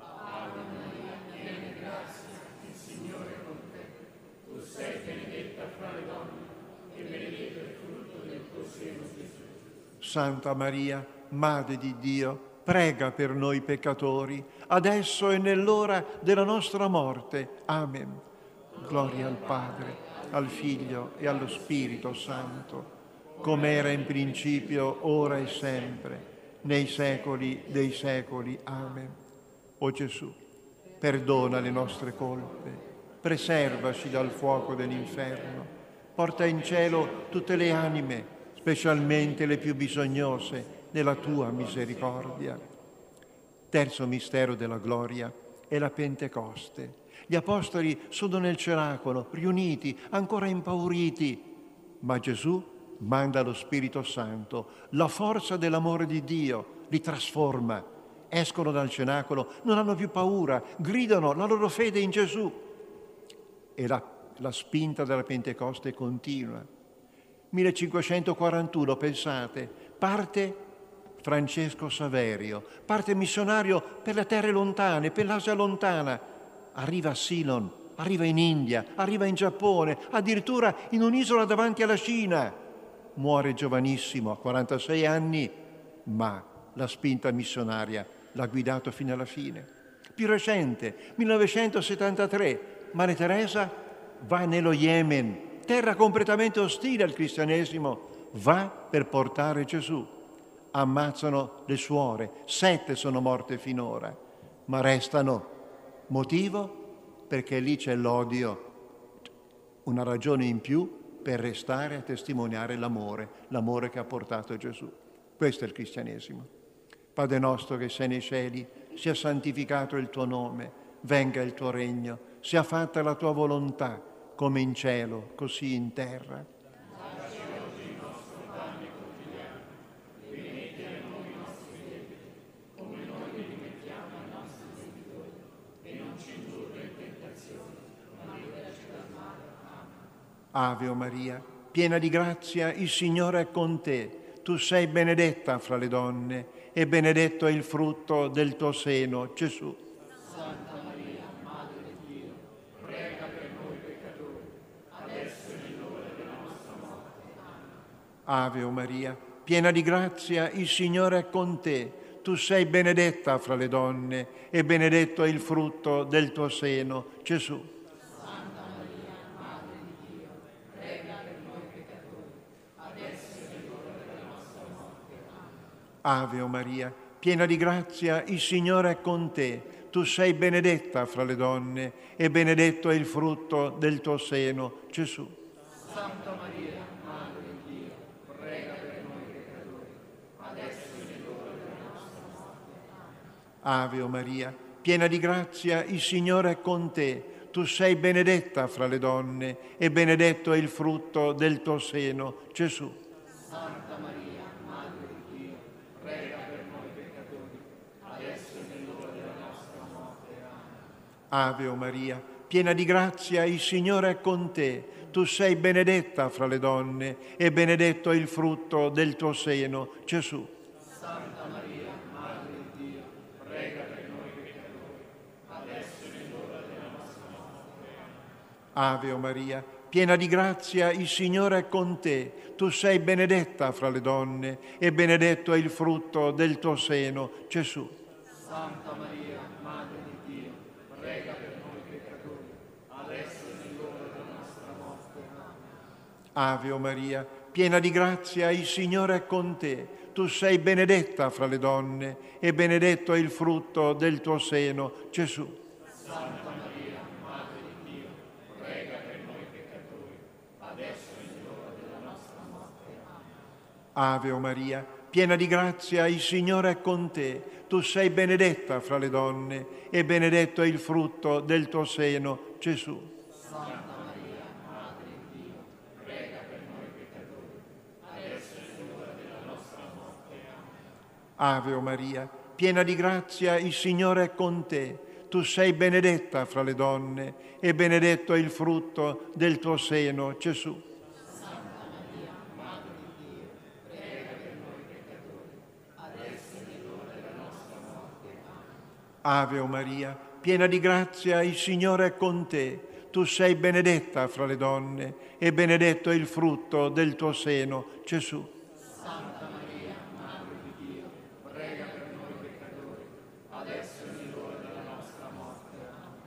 Ave Maria, piena di grazia, il Signore è con te. Tu sei benedetta fra le donne, e benedetto il frutto del tuo seno, Gesù. Santa Maria, Madre di Dio, prega per noi peccatori, adesso e nell'ora della nostra morte. Amen. Gloria al Padre, al Figlio e allo Spirito Santo, come era in principio, ora e sempre, nei secoli dei secoli. Amen. O Gesù, perdona le nostre colpe, preservaci dal fuoco dell'inferno, porta in cielo tutte le anime, specialmente le più bisognose della tua misericordia. Terzo mistero della gloria è la Pentecoste. Gli apostoli sono nel cenacolo, riuniti, ancora impauriti, ma Gesù manda lo Spirito Santo, la forza dell'amore di Dio li trasforma. Escono dal cenacolo, non hanno più paura, gridano la loro fede in Gesù. E la, la spinta della Pentecoste continua. millecinquecentoquarantuno, pensate, parte Francesco Saverio, parte missionario per le terre lontane, per l'Asia lontana, arriva a Ceylon, arriva in India, arriva in Giappone, addirittura in un'isola davanti alla Cina. Muore giovanissimo, a quarantasei anni, ma la spinta missionaria l'ha guidato fino alla fine. Più recente, millenovecentosettantatré, Maria Teresa va nello Yemen, terra completamente ostile al cristianesimo, va per portare Gesù. Ammazzano le suore, sette sono morte finora, ma restano. Motivo? Perché lì c'è l'odio, una ragione in più per restare a testimoniare l'amore, l'amore che ha portato Gesù. Questo è il cristianesimo. Padre nostro che sei nei cieli, sia santificato il tuo nome, venga il tuo regno, sia fatta la tua volontà, come in cielo, così in terra. Dacci oggi il nostro pane quotidiano, e rimetti a noi i nostri debiti, come noi li rimettiamo ai nostri debitori, e non ci indurre in tentazione, ma liberaci dal male. Amen. Ave Maria, piena di grazia, il Signore è con te. Tu sei benedetta fra le donne, e benedetto è il frutto del tuo seno, Gesù. Santa Maria, Madre di Dio, prega per noi peccatori, adesso e nell'ora della nostra morte. Amen. Ave Maria, piena di grazia, il Signore è con te. Tu sei benedetta fra le donne, e benedetto è il frutto del tuo seno, Gesù. Santa Maria, Madre di Dio, prega per noi peccatori, adesso e nell'ora della nostra morte. Amen. Ave Maria, piena di grazia, il Signore è con te. Tu sei benedetta fra le donne, e benedetto è il frutto del tuo seno, Gesù. Santa Maria, Madre di Dio, prega per noi peccatori, adesso e nell'ora della nostra morte. Amen. Ave Maria, piena di grazia, il Signore è con te. Tu sei benedetta fra le donne, e benedetto è il frutto del tuo seno, Gesù. Santa Maria, Madre di Dio, prega per noi peccatori, adesso e nell'ora della nostra morte. Amen. Ave Maria, piena di grazia, il Signore è con te. tu sei benedetta fra le donne e benedetto è il frutto del tuo seno, Gesù. Santa Maria, Madre di Dio, prega per noi peccatori, adesso è l'ora della nostra morte. Ave o Maria, piena di grazia, il Signore è con te. Tu sei benedetta fra le donne e benedetto è il frutto del tuo seno, Gesù. Santa Maria, Madre di Dio, prega per noi peccatori, adesso è l'ora della nostra morte. Ave o Maria, piena di grazia, il Signore è con te. Tu sei benedetta fra le donne e benedetto è il frutto del tuo seno, Gesù. Santa Maria, Madre di Dio, prega per noi peccatori, adesso è l'ora della nostra morte. Ave o Maria, piena di grazia, il Signore è con te. Tu sei benedetta fra le donne e benedetto è il frutto del tuo seno, Gesù. Santa Maria, Madre di Dio, prega per noi peccatori, adesso è l'ora della nostra morte. Ave o Maria, piena di grazia, il Signore è con te. Tu sei benedetta fra le donne e benedetto è il frutto del tuo seno, Gesù. Santa Maria, Madre di Dio, prega per noi peccatori, adesso è l'ora della nostra morte. Ave o Maria, piena di grazia, il Signore è con te. Tu sei benedetta fra le donne e benedetto è il frutto del tuo seno, Gesù. Santa Maria, Madre di Dio, prega per noi peccatori, adesso è l'ora della nostra morte.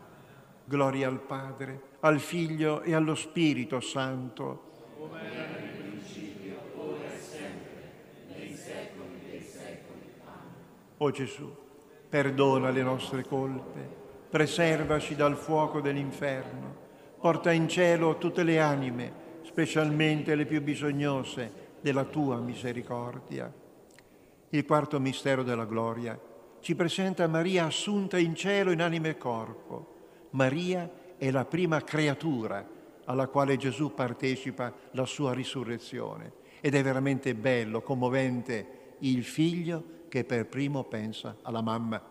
Gloria al Padre, al Figlio e allo Spirito Santo. Come era nel principio, ora e sempre, nei secoli dei secoli. Amen. O Gesù, perdona le nostre colpe, preservaci dal fuoco dell'inferno, porta in cielo tutte le anime, specialmente le più bisognose della tua misericordia. Il quarto mistero della gloria ci presenta Maria assunta in cielo in anima e corpo. Maria è la prima creatura alla quale Gesù partecipa la sua risurrezione. Ed è veramente bello, commovente, il figlio che per primo pensa alla mamma.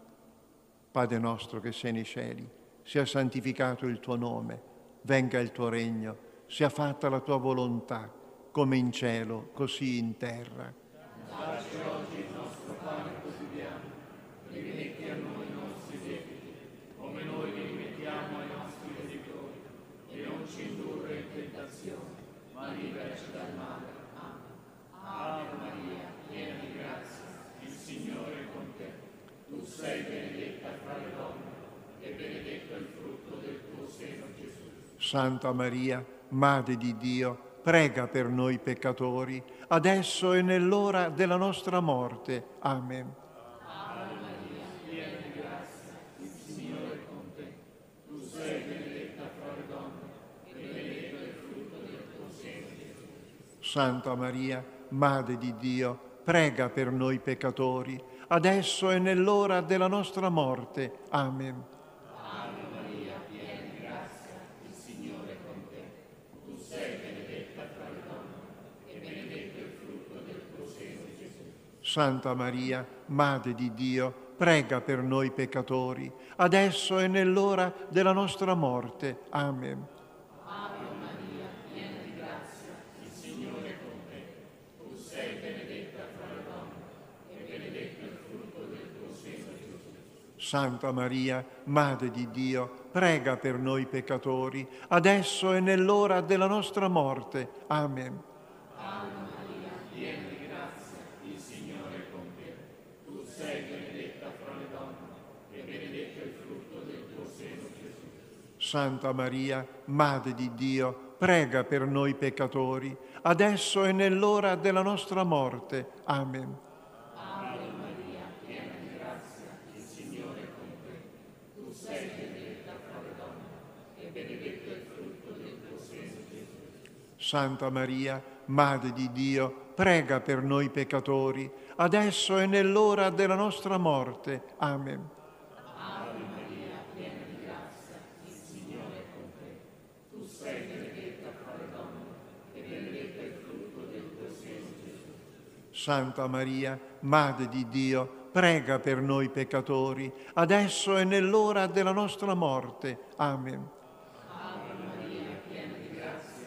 Padre nostro che sei nei cieli, sia santificato il tuo nome, venga il tuo regno, sia fatta la tua volontà, come in cielo, così in terra. Dacci oggi il nostro pane quotidiano, rimetti a noi i nostri debiti, come noi li rimettiamo ai nostri debitori, e non ci indurre in tentazione, ma liberaci dal male. Amen. Ave Maria, piena di grazia, il Signore è con te. Tu sei benedetta fra le donne, e benedetto è il frutto del tuo seno, Gesù. Santa Maria, Madre di Dio, prega per noi peccatori, adesso e nell'ora della nostra morte. Amen. Ave Maria, piena di grazia, il Signore è con te. Tu sei benedetta fra le donne, e benedetto è il frutto del tuo seno, Gesù. Santa Maria, Madre di Dio, prega per noi peccatori, adesso e nell'ora della nostra morte. Amen. Ave Maria, piena di grazia, il Signore è con te. Tu sei benedetta fra le donne, e benedetto è il frutto del tuo seno, Gesù. Santa Maria, Madre di Dio, prega per noi peccatori, adesso e nell'ora della nostra morte. Amen. Ave Maria, piena di grazia, il Signore è con te. Tu sei benedetta fra le donne, e benedetto è il frutto del tuo seno, Gesù. Santa Maria, Madre di Dio, prega per noi peccatori, adesso e nell'ora della nostra morte. Amen. Ave Maria, piena di grazia, il Signore è con te. Tu sei benedetta fra le donne, e benedetto è il frutto del tuo seno, Gesù. Santa Maria, Madre di Dio, prega per noi peccatori, adesso e nell'ora della nostra morte. Amen. Ave Maria, piena di grazia, il Signore è con te. Tu sei benedetta fra le donne, e benedetto è il frutto del tuo seno, Gesù. Santa Maria, Madre di Dio, prega per noi peccatori, adesso e nell'ora della nostra morte. Amen. Ave Maria, piena di grazia, il Signore è con te. Tu sei benedetta fra le donne, e benedetto è il frutto del tuo seno, Gesù. Santa Maria, Madre di Dio, prega per noi peccatori, adesso e nell'ora della nostra morte. Amen. Ave Maria, piena di grazia,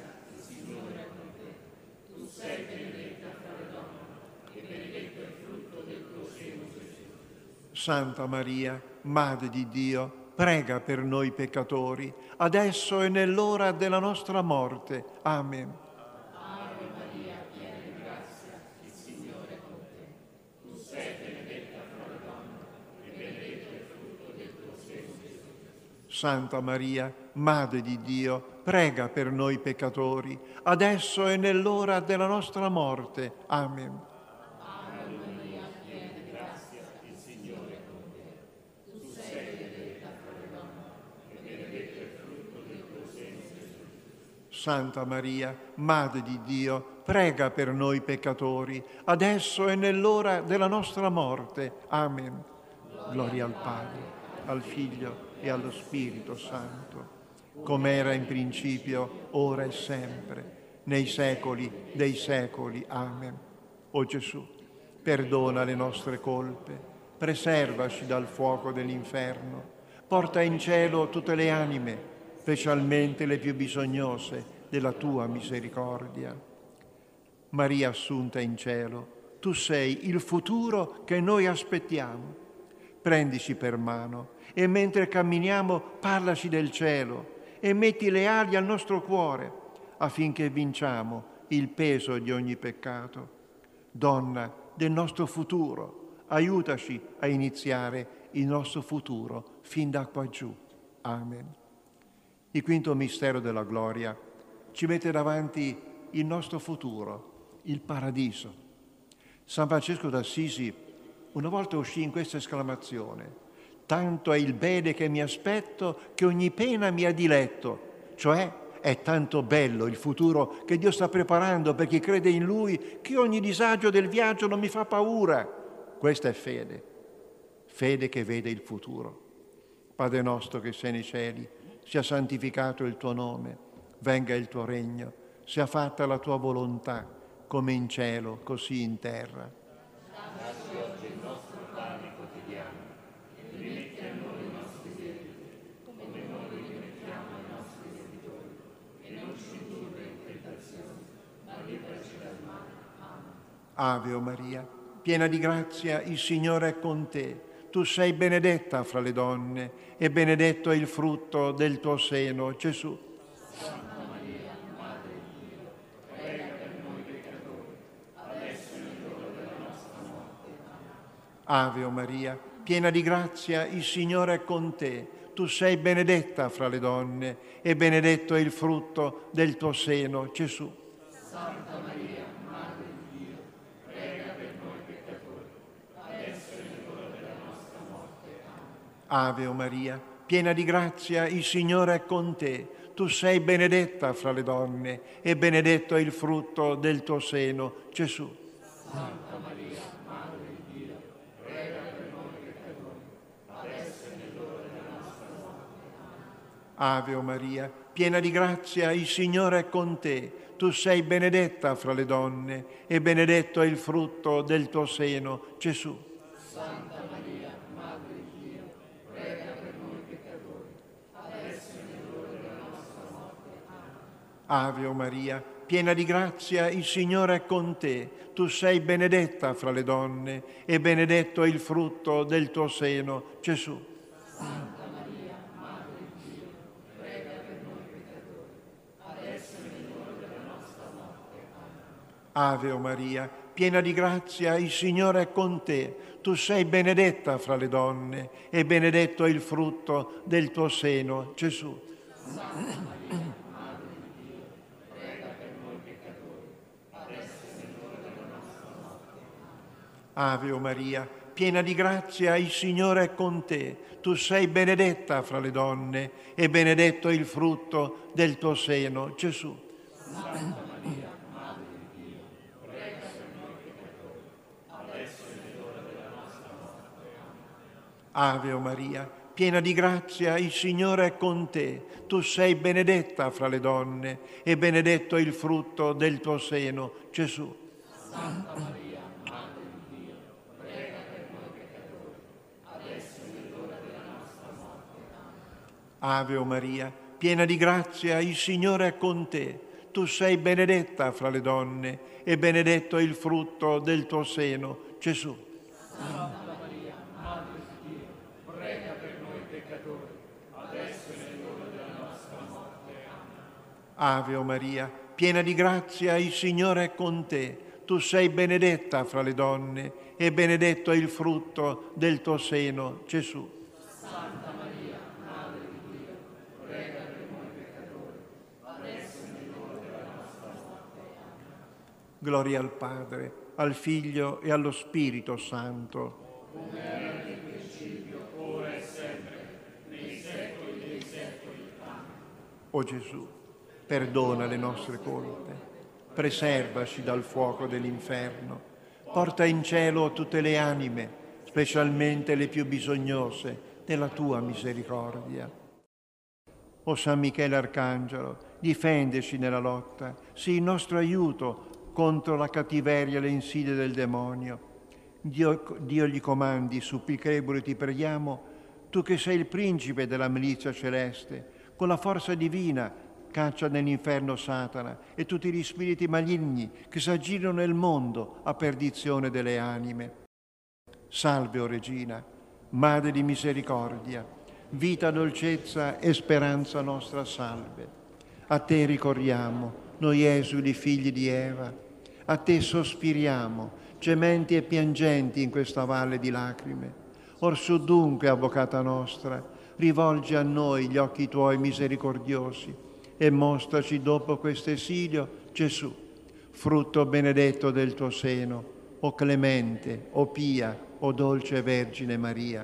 Santa Maria, Madre di Dio, prega per noi peccatori, adesso e nell'ora della nostra morte. Amen. Ave Maria, piena di grazia, il Signore è con te. Tu sei benedetta fra le donne, e benedetto è il frutto del tuo seno, Gesù. Santa Maria, Madre di Dio, prega per noi peccatori, adesso e nell'ora della nostra morte. Amen. Ave Maria, piena di grazia, il Signore è con te. Tu sei benedetta fra le donne, e benedetto è il frutto del tuo seno, Gesù. Santa Maria, Madre di Dio, prega per noi peccatori, adesso e nell'ora della nostra morte. Amen. Gloria al Padre, al Figlio e allo Spirito Santo, come era in principio, ora e sempre, nei secoli dei secoli. Amen. O Gesù, perdona le nostre colpe, preservaci dal fuoco dell'inferno, porta in cielo tutte le anime, specialmente le più bisognose della tua misericordia. Maria assunta in cielo, tu sei il futuro che noi aspettiamo. Prendici per mano e mentre camminiamo parlaci del cielo e metti le ali al nostro cuore affinché vinciamo il peso di ogni peccato. Donna del nostro futuro, aiutaci a iniziare il nostro futuro fin da qua giù. Amen. Il quinto mistero della gloria ci mette davanti il nostro futuro, il paradiso. San Francesco d'Assisi una volta uscì in questa esclamazione: tanto è il bene che mi aspetto che ogni pena mi ha diletto, cioè è tanto bello il futuro che Dio sta preparando per chi crede in Lui che ogni disagio del viaggio non mi fa paura. Questa è fede, fede che vede il futuro. Padre nostro che sei nei cieli, sia santificato il tuo nome, venga il tuo regno, sia fatta la tua volontà, come in cielo, così in terra. Dacci oggi il nostro pane quotidiano, e rimetti a noi i nostri debiti, come noi li rimettiamo ai nostri debitori, e non ci indurre in tentazione, ma liberaci dal male. Amen. Ave o Maria, piena di grazia, il Signore è con te. Tu sei benedetta fra le donne, e benedetto è il frutto del tuo seno, Gesù. Santa Maria, Madre di Dio, prega per noi peccatori, adesso è l'ora della nostra morte. Amen. Ave o Maria, piena di grazia, il Signore è con te. Tu sei benedetta fra le donne, e benedetto è il frutto del tuo seno, Gesù. Santa Maria, Madre di Dio, prega per noi peccatori, adesso è l'ora della nostra morte. Amen. Ave o Maria, piena di grazia, il Signore è con te. Tu sei benedetta fra le donne, e benedetto è il frutto del tuo seno, Gesù. Santa Maria, Madre di Dio, prega per noi peccatori, adesso è nell'ora della nostra morte. Amen. Ave o Maria, piena di grazia, il Signore è con te. Tu sei benedetta fra le donne, e benedetto è il frutto del tuo seno, Gesù. Santa Maria, Madre di Dio, prega per noi peccatori, adesso è nell'ora della nostra morte. Amen. Ave o Maria, piena di grazia, il Signore è con te. Tu sei benedetta fra le donne, e benedetto è il frutto del tuo seno, Gesù. Santa Maria, Madre di Dio, prega per noi peccatori, adesso è nell'ora della nostra morte. Amen. Ave o Maria, piena di grazia, il Signore è con te. Tu sei benedetta fra le donne, e benedetto è il frutto del tuo seno, Gesù. Santa Maria, Madre di Dio, prega per noi peccatori, adesso è nell'ora della nostra morte. Amen. Ave o Maria, piena di grazia, il Signore è con te. Tu sei benedetta fra le donne, e benedetto è il frutto del tuo seno, Gesù. Santa Maria, Madre di Dio, prega per noi peccatori, adesso è nell'ora della nostra morte. Amen. Ave o Maria, piena di grazia, il Signore è con te. Tu sei benedetta fra le donne, e benedetto è il frutto del tuo seno, Gesù. Santa Maria, Madre di Dio, prega per noi peccatori, adesso è nell'ora della nostra morte. Amen. Ave o Maria, piena di grazia, il Signore è con te. Tu sei benedetta fra le donne, e benedetto è il frutto del tuo seno, Gesù. Santa Maria, Madre di Ave o Maria, piena di grazia, il Signore è con te. Tu sei benedetta fra le donne e benedetto è il frutto del tuo seno, Gesù. Santa Maria, Madre di Dio, prega per noi peccatori, adesso e nell'ora della nostra morte. Amen. Gloria al Padre, al Figlio e allo Spirito Santo. Come era nel principio, ora e sempre, nei secoli dei secoli. Amen. O Gesù, perdona le nostre colpe, preservaci dal fuoco dell'inferno, porta in cielo tutte le anime, specialmente le più bisognose della tua misericordia. O San Michele Arcangelo, difendeci nella lotta, sii il nostro aiuto contro la cattiveria e le insidie del demonio. Dio, Dio gli comandi, supplicevoli ti preghiamo, tu che sei il principe della milizia celeste, con la forza divina caccia nell'inferno Satana e tutti gli spiriti maligni che s'aggirano nel mondo a perdizione delle anime. Salve, o Regina, Madre di misericordia, vita, dolcezza e speranza nostra, salve. A te ricorriamo, noi esuli figli di Eva, a te sospiriamo, gementi e piangenti in questa valle di lacrime. Orsù dunque, Avvocata nostra, rivolgi a noi gli occhi tuoi misericordiosi e mostraci dopo questo esilio Gesù, frutto benedetto del tuo seno, o clemente, o pia, o dolce Vergine Maria.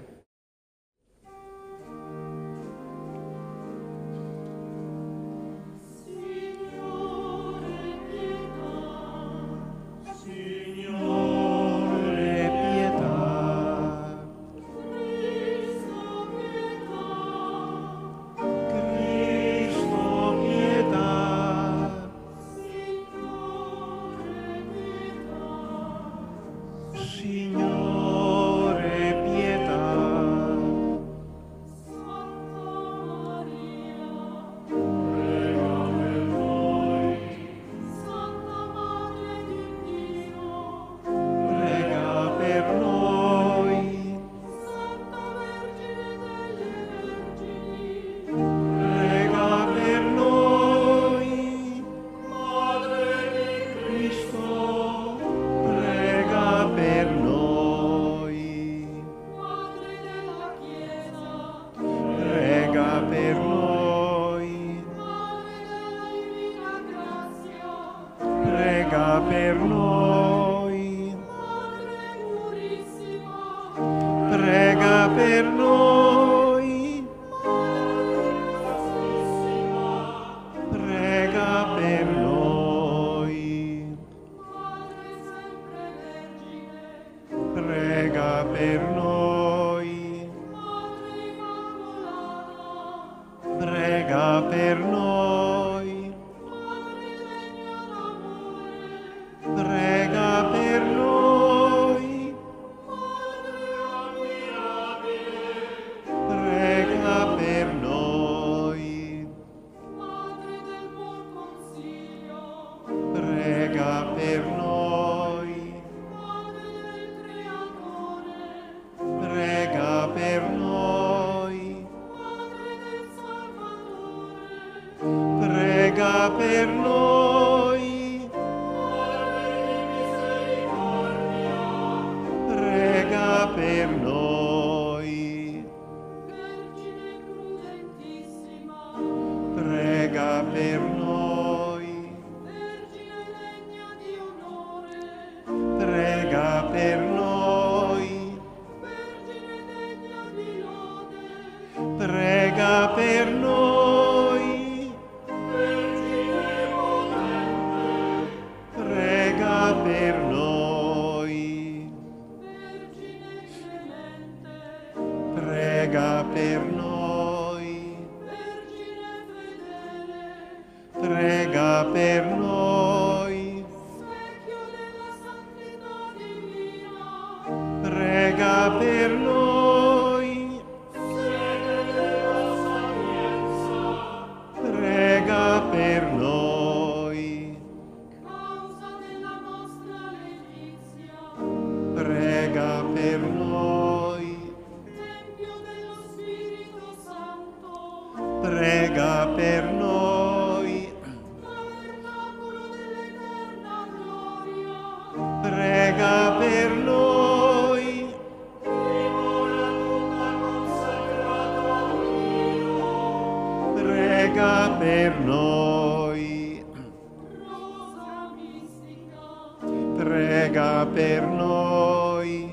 prega per noi.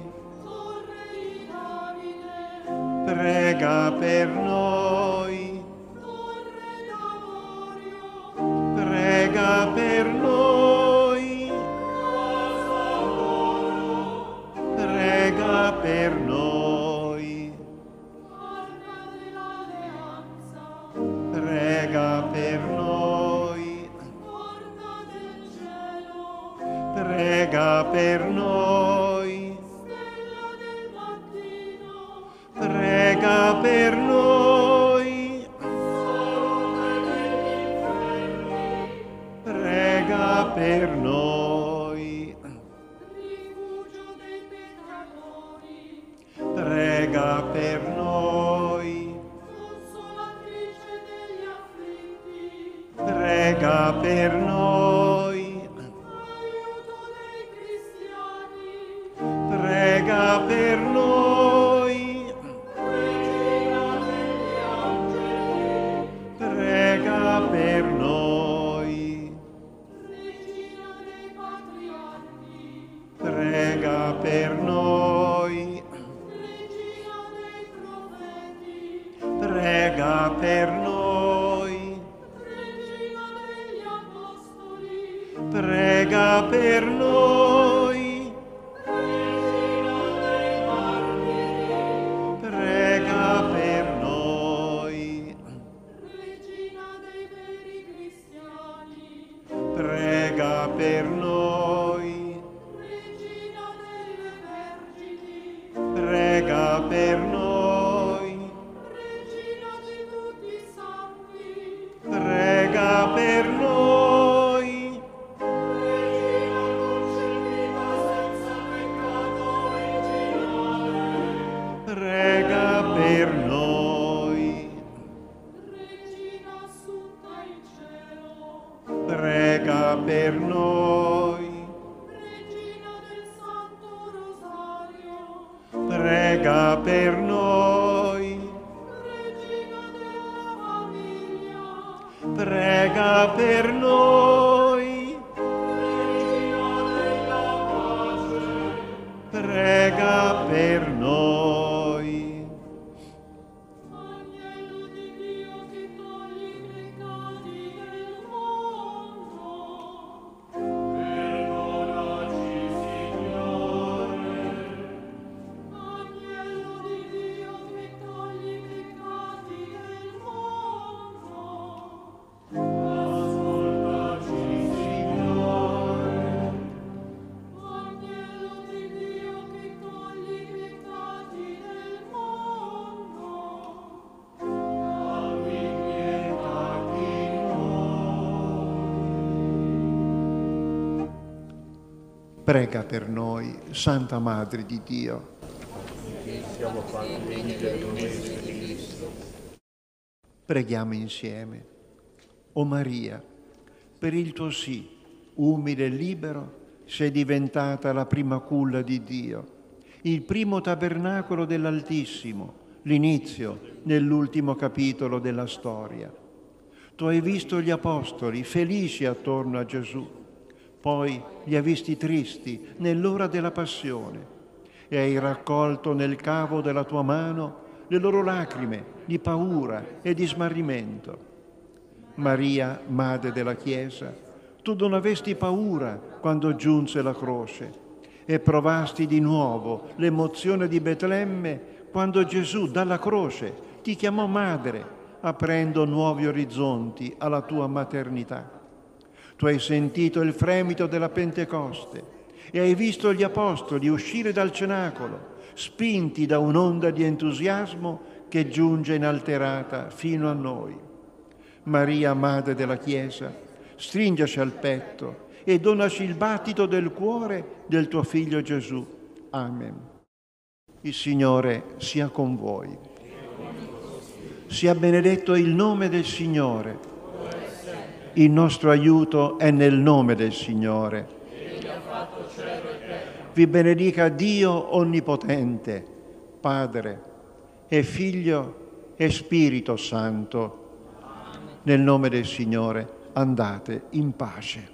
Prega per noi. Prega per noi. Prega per noi. Prega per noi. Prega per noi. Prega per noi. Prega per noi. Rifugio dei peccatori. Prega per noi. Consolatrice degli afflitti. Prega per noi. Aiuto dei cristiani. Prega per noi. Regina degli angeli. Prega per noi. Regina dei patriarchi. Prega per noi. Regina dei profeti. Prega per noi. Regina degli apostoli. Prega per noi. Regina dei martiri. Prega per noi. Regina dei veri cristiani. Prega per noi. Regina delle vergini. Prega per noi. Regina di tutti i santi. Prega per noi. Regina concepita senza peccato originale. Prega per noi. Regina assunta in cielo. Prega per noi. Regina del Santo Rosario. Prega per noi. Regina della famiglia. Prega per noi. Regina della pace. Prega per noi. Agnello di Dio che togli i peccati del mondo. Perdonaci, Signore. Agnello di Dio che togli i peccati del mondo. Ascoltaci, Signore. Agnello di Dio che togli i peccati del mondo. Abbi pietà di noi. Prega per noi, Santa Madre di Dio. Siamo fatti degni del domestic di Cristo. Preghiamo insieme. O Maria, per il tuo sì, umile e libero, sei diventata la prima culla di Dio, il primo tabernacolo dell'Altissimo, l'inizio nell'ultimo capitolo della storia. Tu hai visto gli apostoli felici attorno a Gesù, poi li hai visti tristi nell'ora della passione e hai raccolto nel cavo della tua mano le loro lacrime di paura e di smarrimento. Maria, Madre della Chiesa, tu non avesti paura quando giunse la croce e provasti di nuovo l'emozione di Betlemme quando Gesù dalla croce ti chiamò madre, aprendo nuovi orizzonti alla tua maternità. Tu hai sentito il fremito della Pentecoste e hai visto gli apostoli uscire dal cenacolo, spinti da un'onda di entusiasmo che giunge inalterata fino a noi. Maria, Madre della Chiesa, stringiaci al petto e donaci il battito del cuore del tuo Figlio Gesù. Amen. Il Signore sia con voi. Sia benedetto il nome del Signore. Il nostro aiuto è nel nome del Signore. Vi benedica Dio Onnipotente, Padre e Figlio e Spirito Santo. Nel nome del Signore andate in pace.